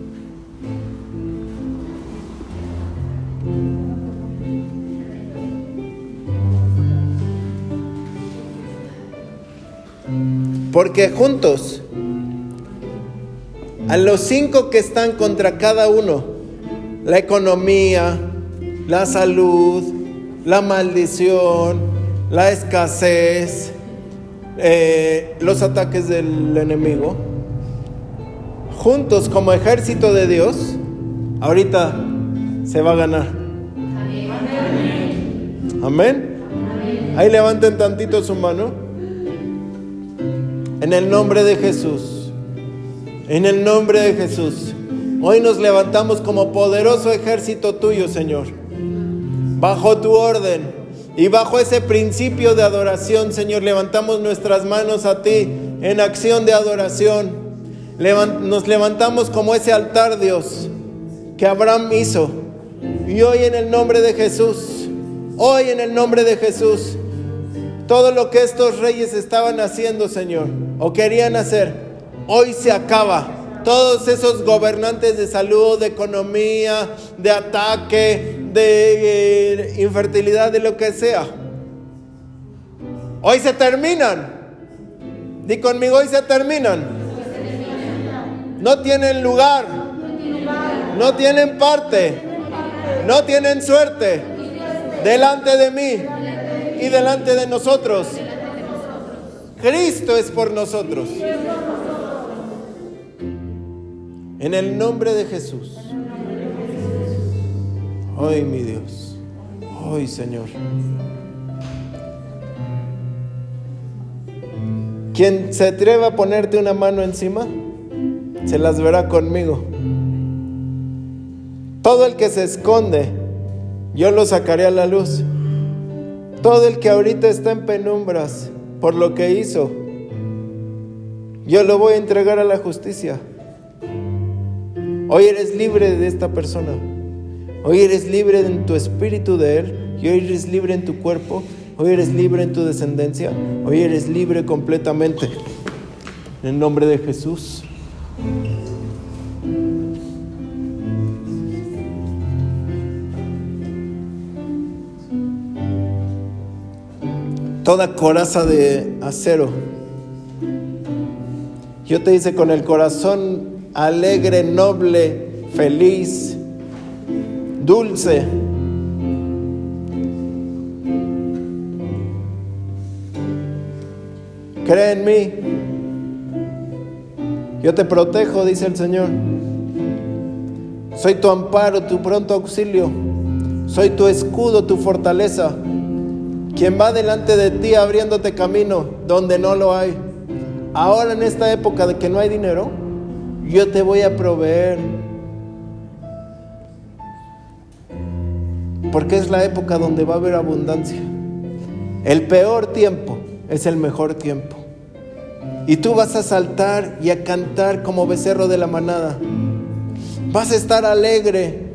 Porque juntos, a los 5 que están contra cada uno, la economía, la salud, la maldición, la escasez, los ataques del enemigo, juntos como ejército de Dios, ahorita se va a ganar. Amén. Ahí levanten tantito su mano. En el nombre de Jesús. En el nombre de Jesús. Hoy nos levantamos como poderoso ejército tuyo, Señor. Bajo tu orden y bajo ese principio de adoración, Señor, levantamos nuestras manos a ti en acción de adoración. Nos levantamos como ese altar, Dios, que Abraham hizo. Y hoy en el nombre de Jesús, hoy en el nombre de Jesús, todo lo que estos reyes estaban haciendo, Señor, o querían hacer, hoy se acaba. Todos esos gobernantes de salud, de economía, de ataque, de infertilidad, de lo que sea, hoy se terminan. Di conmigo, hoy se terminan. No tienen lugar, no tienen parte, no tienen suerte delante de mí y delante de nosotros. Cristo es por nosotros. En el nombre de Jesús. Hoy, mi Dios. Hoy, Señor. Quien se atreva a ponerte una mano encima, se las verá conmigo. Todo el que se esconde, yo lo sacaré a la luz. Todo el que ahorita está en penumbras por lo que hizo, yo lo voy a entregar a la justicia. Hoy eres libre de esta persona. Hoy eres libre en tu espíritu de él. Y hoy eres libre en tu cuerpo. Hoy eres libre en tu descendencia. Hoy eres libre completamente. En el nombre de Jesús. Toda coraza de acero. Yo te hice con el corazón alegre, noble, feliz, dulce. Cree en mí. Yo te protejo, dice el Señor. Soy tu amparo, tu pronto auxilio. Soy tu escudo, tu fortaleza. Quien va delante de ti abriéndote camino donde no lo hay. Ahora en esta época de que no hay dinero, yo te voy a proveer. Porque es la época donde va a haber abundancia. El peor tiempo es el mejor tiempo. Y tú vas a saltar y a cantar como becerro de la manada. Vas a estar alegre.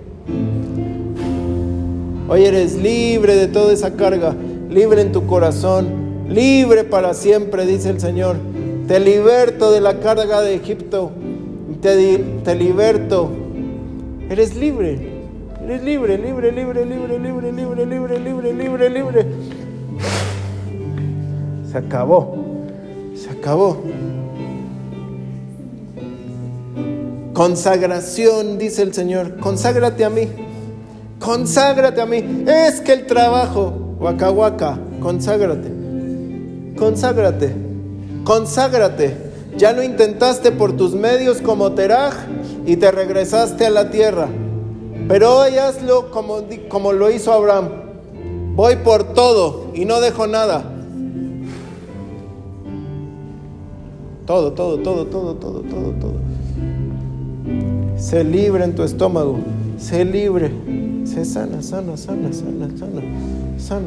Hoy eres libre de toda esa carga. Libre en tu corazón. Libre para siempre, dice el Señor. Te liberto de la carga de Egipto. Te liberto. Eres libre. Eres libre, libre, libre, libre, libre, libre, libre, libre, libre, libre. Se acabó. Se acabó. Consagración, dice el Señor. Conságrate a mí. Conságrate a mí. Es que el trabajo, waka waka, conságrate. Conságrate. Conságrate. Ya lo intentaste por tus medios como Teraj y te regresaste a la tierra. Pero hoy hazlo como lo hizo Abraham. Voy por todo y no dejo nada. Todo, todo, todo, todo, todo, todo, todo. Sé libre en tu estómago. Sé libre. Sé sana, sana, sana, sana, sana, sana.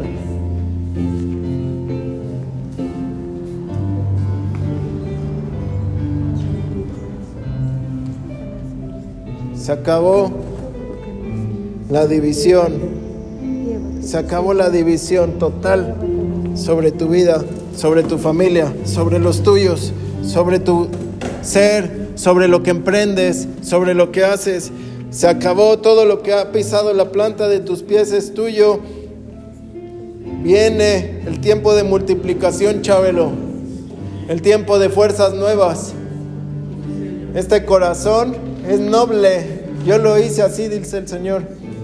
Se acabó la división. Se acabó la división total sobre tu vida, sobre tu familia, sobre los tuyos, sobre tu ser, sobre lo que emprendes, sobre lo que haces. Se acabó. Todo lo que ha pisado la planta de tus pies es tuyo. Viene el tiempo de multiplicación, Chabelo. el tiempo de fuerzas nuevas. Este corazón es noble, yo lo hice así, dice el Señor.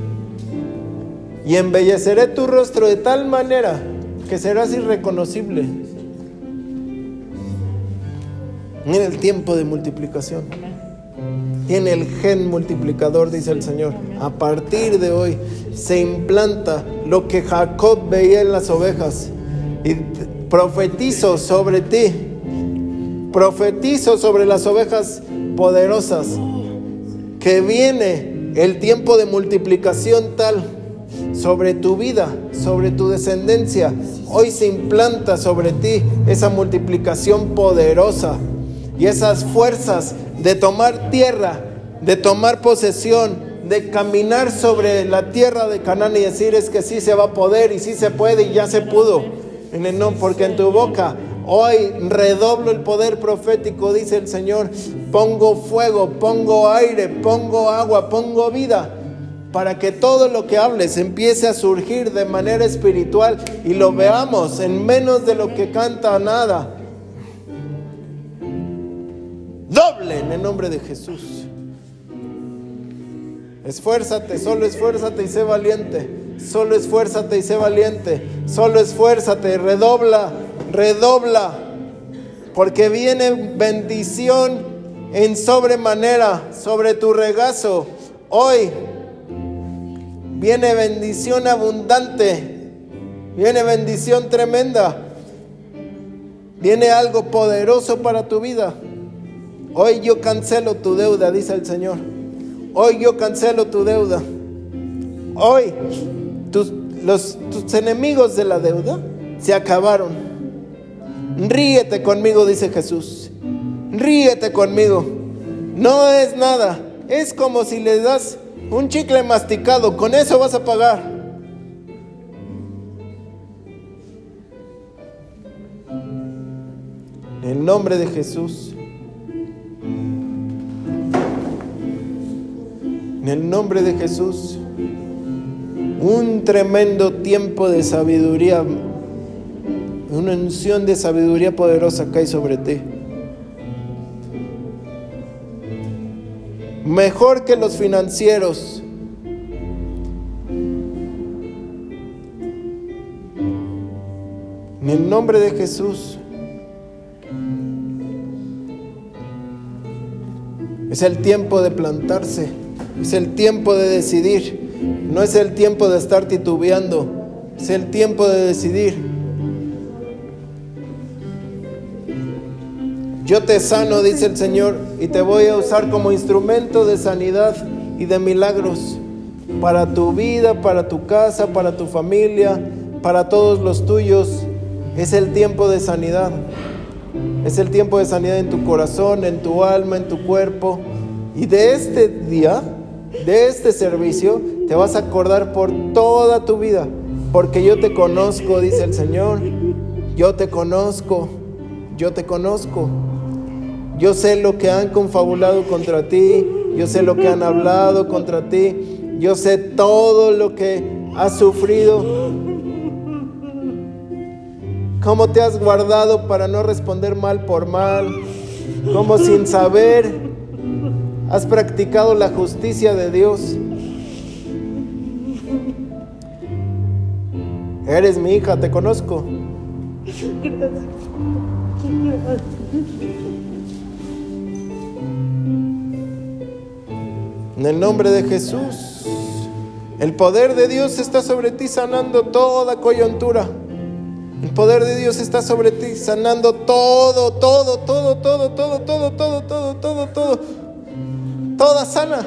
Y embelleceré tu rostro de tal manera que serás irreconocible. En el tiempo de multiplicación. Tiene el gen multiplicador, dice el Señor. A partir de hoy se implanta lo que Jacob veía en las ovejas. Y profetizo sobre ti. Profetizo sobre las ovejas poderosas que viene el tiempo de multiplicación tal sobre tu vida, sobre tu descendencia. Hoy se implanta sobre ti esa multiplicación poderosa y esas fuerzas de tomar tierra, de tomar posesión, de caminar sobre la tierra de Canaán y decir: es que sí se va a poder y sí se puede y ya se pudo. Porque en tu boca hoy redoblo el poder profético, dice el Señor. Pongo fuego, pongo aire, pongo agua, pongo vida, para que todo lo que hables empiece a surgir de manera espiritual y lo veamos en menos de lo que canta nada. Doble en el nombre de Jesús. Esfuérzate, solo esfuérzate y sé valiente. Solo esfuérzate y sé valiente. Solo esfuérzate, redobla, redobla. Porque viene bendición en sobremanera sobre tu regazo. Hoy viene bendición abundante. Viene bendición tremenda. Viene algo poderoso para tu vida. Hoy yo cancelo tu deuda, dice el Señor. Hoy yo cancelo tu deuda. Hoy tus enemigos de la deuda se acabaron. Ríete conmigo, dice Jesús. Ríete conmigo. No es nada. Es como si le das un chicle masticado. Con eso vas a pagar. En el nombre de Jesús. En el nombre de Jesús. Un tremendo tiempo de sabiduría. Una unción de sabiduría poderosa cae sobre ti. Mejor que los financieros. En el nombre de Jesús. Es el tiempo de plantarse. Es el tiempo de decidir. No es el tiempo de estar titubeando. Es el tiempo de decidir. Yo te sano, dice el Señor, y te voy a usar como instrumento de sanidad y de milagros para tu vida, para tu casa, para tu familia, para todos los tuyos. Es el tiempo de sanidad. Es el tiempo de sanidad en tu corazón, en tu alma, en tu cuerpo. Y de este día, de este servicio, te vas a acordar por toda tu vida, porque yo te conozco, dice el Señor. Yo te conozco, yo te conozco. Yo sé lo que han confabulado contra ti, yo sé lo que han hablado contra ti, yo sé todo lo que has sufrido, cómo te has guardado para no responder mal por mal, cómo sin saber has practicado la justicia de Dios. Eres mi hija, te conozco. En el nombre de Jesús, el poder de Dios está sobre ti sanando toda coyuntura. El poder de Dios está sobre ti sanando todo. Toda sana.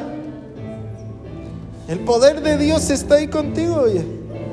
El poder de Dios está ahí contigo, oye.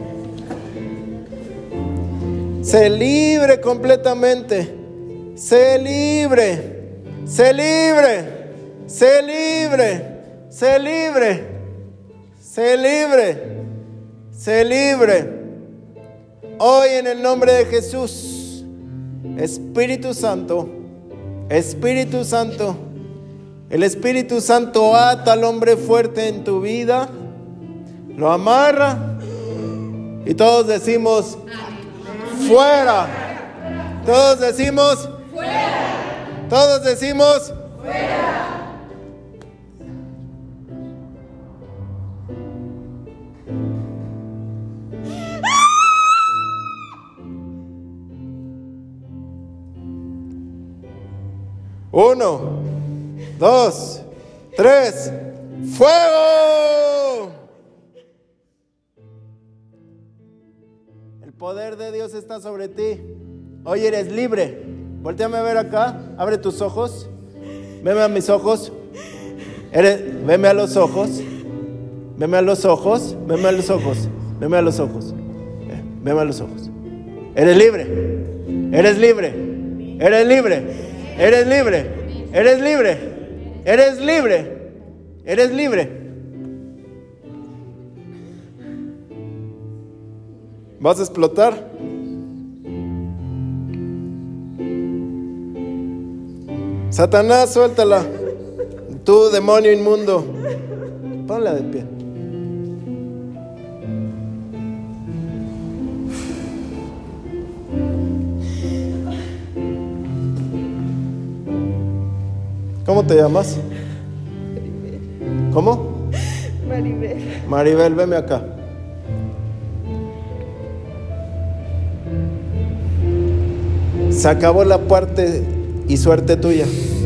Sé libre completamente. Sé libre. Sé libre. Sé libre. Sé libre. Sé libre. Sé libre. Hoy en el nombre de Jesús, Espíritu Santo, Espíritu Santo, el Espíritu Santo ata al hombre fuerte en tu vida, lo amarra y todos decimos fuera. Todos decimos fuera. Todos decimos, ¡fuera! Uno, dos, tres, ¡fuego! El poder de Dios está sobre ti. Hoy eres libre. Voltéame a ver acá. Abre tus ojos. Veme a mis ojos. Veme a los ojos. Veme a los ojos. Veme a los ojos. Veme a los ojos. Veme a los ojos. Eres libre. Eres libre. Eres libre. Eres libre. Eres libre. Eres libre. Eres libre. ¿Vas a explotar? Satanás, suéltala. Tú, demonio inmundo. Ponla de pie. ¿Cómo te llamas? ¿Cómo? Maribel. Maribel, veme acá. Se acabó la parte y suerte tuya.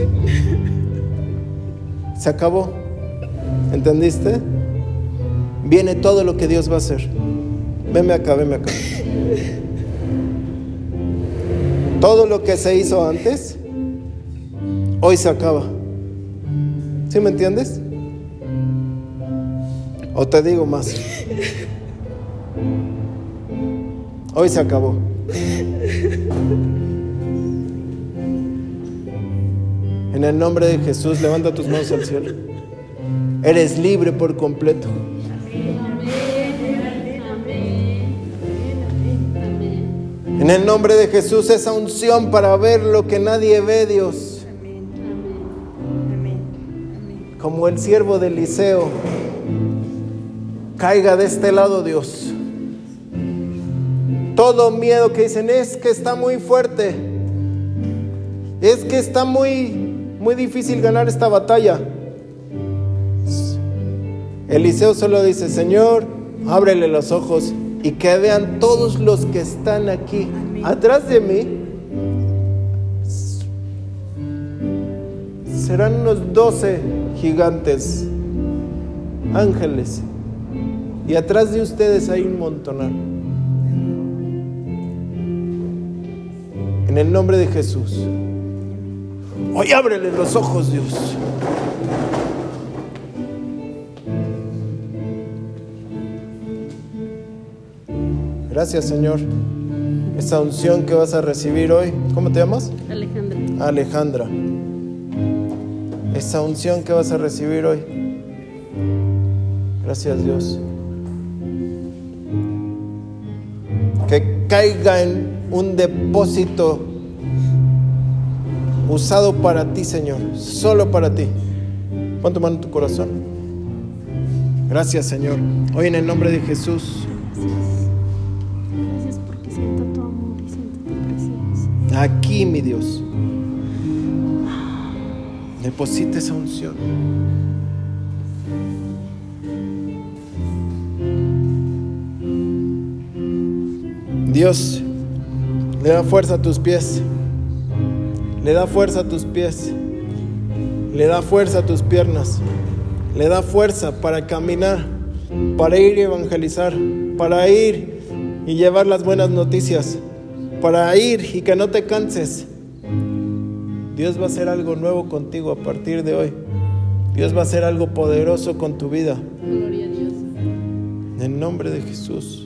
Se acabó. ¿Entendiste? Viene todo lo que Dios va a hacer. Veme acá, veme acá. Todo lo que se hizo antes, hoy se acaba. ¿Sí me entiendes? O te digo más. Hoy se acabó. En el nombre de Jesús, levanta tus manos al cielo. Eres libre por completo. En el nombre de Jesús, esa unción para ver lo que nadie ve, Dios. Como el siervo de Eliseo, caiga de este lado, Dios. Todo miedo que dicen, es que está muy fuerte, es que está muy difícil ganar esta batalla. Eliseo solo dice, Señor, ábrele los ojos y que vean todos los que están aquí. Amén. Atrás de mí serán unos 12 gigantes, ángeles, y atrás de ustedes hay un montonal. En el nombre de Jesús, hoy ábrele los ojos, Dios. Gracias, Señor. Esa unción que vas a recibir hoy. ¿Cómo te llamas? Alejandra. Alejandra. Esa unción que vas a recibir hoy. Gracias, Dios. Que caiga en un depósito usado para ti, Señor. Solo para ti. Pon tu mano en tu corazón. Gracias, Señor. Hoy en el nombre de Jesús. Gracias porque siento tu amor y siento tu presencia. Aquí, mi Dios. Deposita esa unción. Dios, le da fuerza a tus pies. Le da fuerza a tus pies. Le da fuerza a tus piernas. Le da fuerza para caminar, para ir y evangelizar, para ir y llevar las buenas noticias, para ir y que no te canses. Dios va a hacer algo nuevo contigo a partir de hoy. Dios va a hacer algo poderoso con tu vida. Gloria a Dios. En el nombre de Jesús.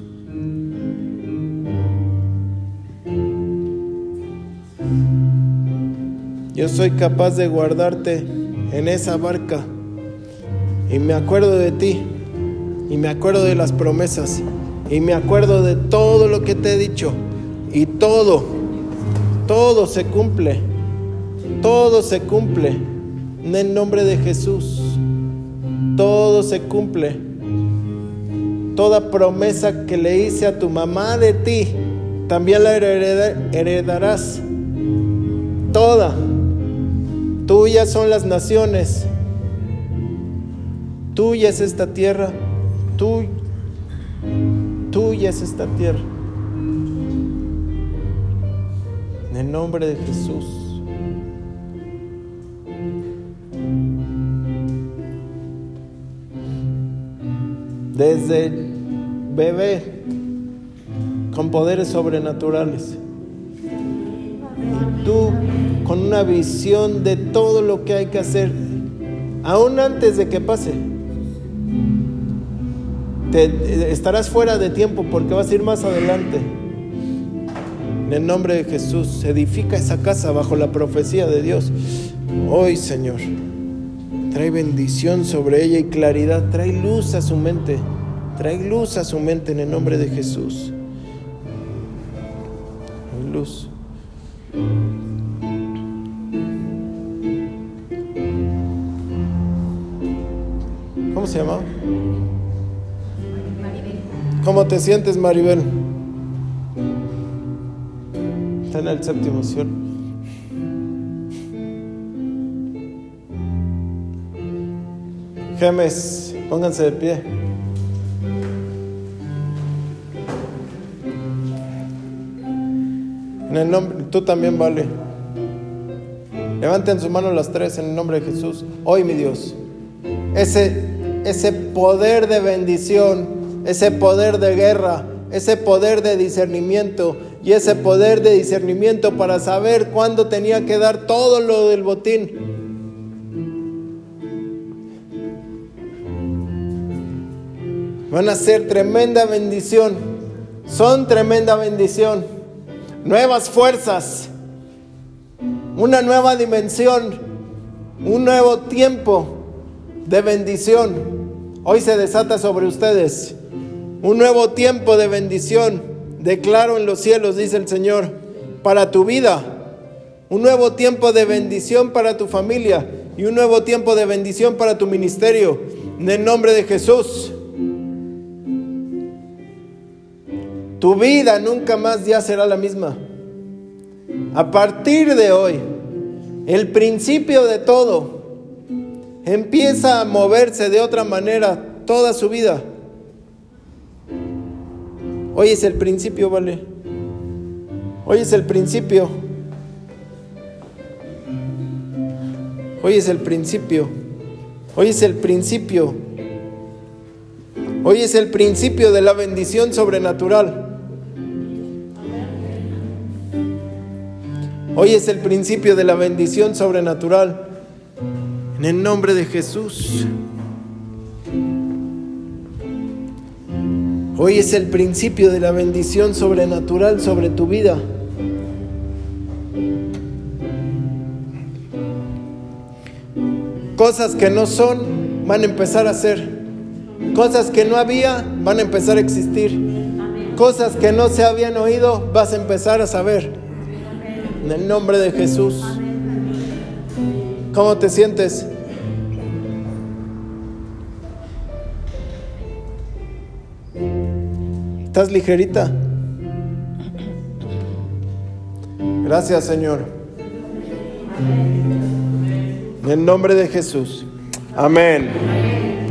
Yo soy capaz de guardarte en esa barca y me acuerdo de ti y me acuerdo de las promesas y me acuerdo de todo lo que te he dicho y todo se cumple, todo se cumple en el nombre de Jesús. Todo se cumple. Toda promesa que le hice a tu mamá de ti, también la heredarás. Toda. Tuyas son las naciones. Tuya es esta tierra. Tuya es esta tierra. En el nombre de Jesús. Desde el bebé con poderes sobrenaturales. Y tú con una visión de todo lo que hay que hacer, aún antes de que pase. Estarás fuera de tiempo porque vas a ir más adelante. En el nombre de Jesús, edifica esa casa bajo la profecía de Dios. Hoy, Señor, trae bendición sobre ella y claridad. Trae luz a su mente. Trae luz a su mente en el nombre de Jesús. Luz. ¿Cómo se llama? ¿Cómo te sientes, Maribel? Está en el séptimo cielo. Gemes, pónganse de pie. En el nombre, tú también, vale. Levanten su mano las tres en el nombre de Jesús. Hoy, mi Dios, ese poder de bendición, ese poder de guerra, ese poder de discernimiento y ese poder de discernimiento para saber cuándo tenía que dar todo lo del botín. Van a ser tremenda bendición. Son tremenda bendición. Nuevas fuerzas, una nueva dimensión, un nuevo tiempo de bendición. Hoy se desata sobre ustedes un nuevo tiempo de bendición. Declaro en los cielos, dice el Señor, para tu vida, un nuevo tiempo de bendición para tu familia y un nuevo tiempo de bendición para tu ministerio, en el nombre de Jesús. Tu vida nunca más ya será la misma. A partir de hoy, el principio de todo empieza a moverse de otra manera toda su vida. Hoy es el principio, ¿vale? Hoy es el principio. Hoy es el principio. Hoy es el principio. Hoy es el principio de la bendición sobrenatural. Hoy es el principio de la bendición sobrenatural. En el nombre de Jesús. Hoy es el principio de la bendición sobrenatural sobre tu vida. Cosas que no son van a empezar a ser. Cosas que no había van a empezar a existir. Cosas que no se habían oído vas a empezar a saber. En el nombre de Jesús. ¿Cómo te sientes? ¿Estás ligerita? Gracias, Señor. En el nombre de Jesús. Amén.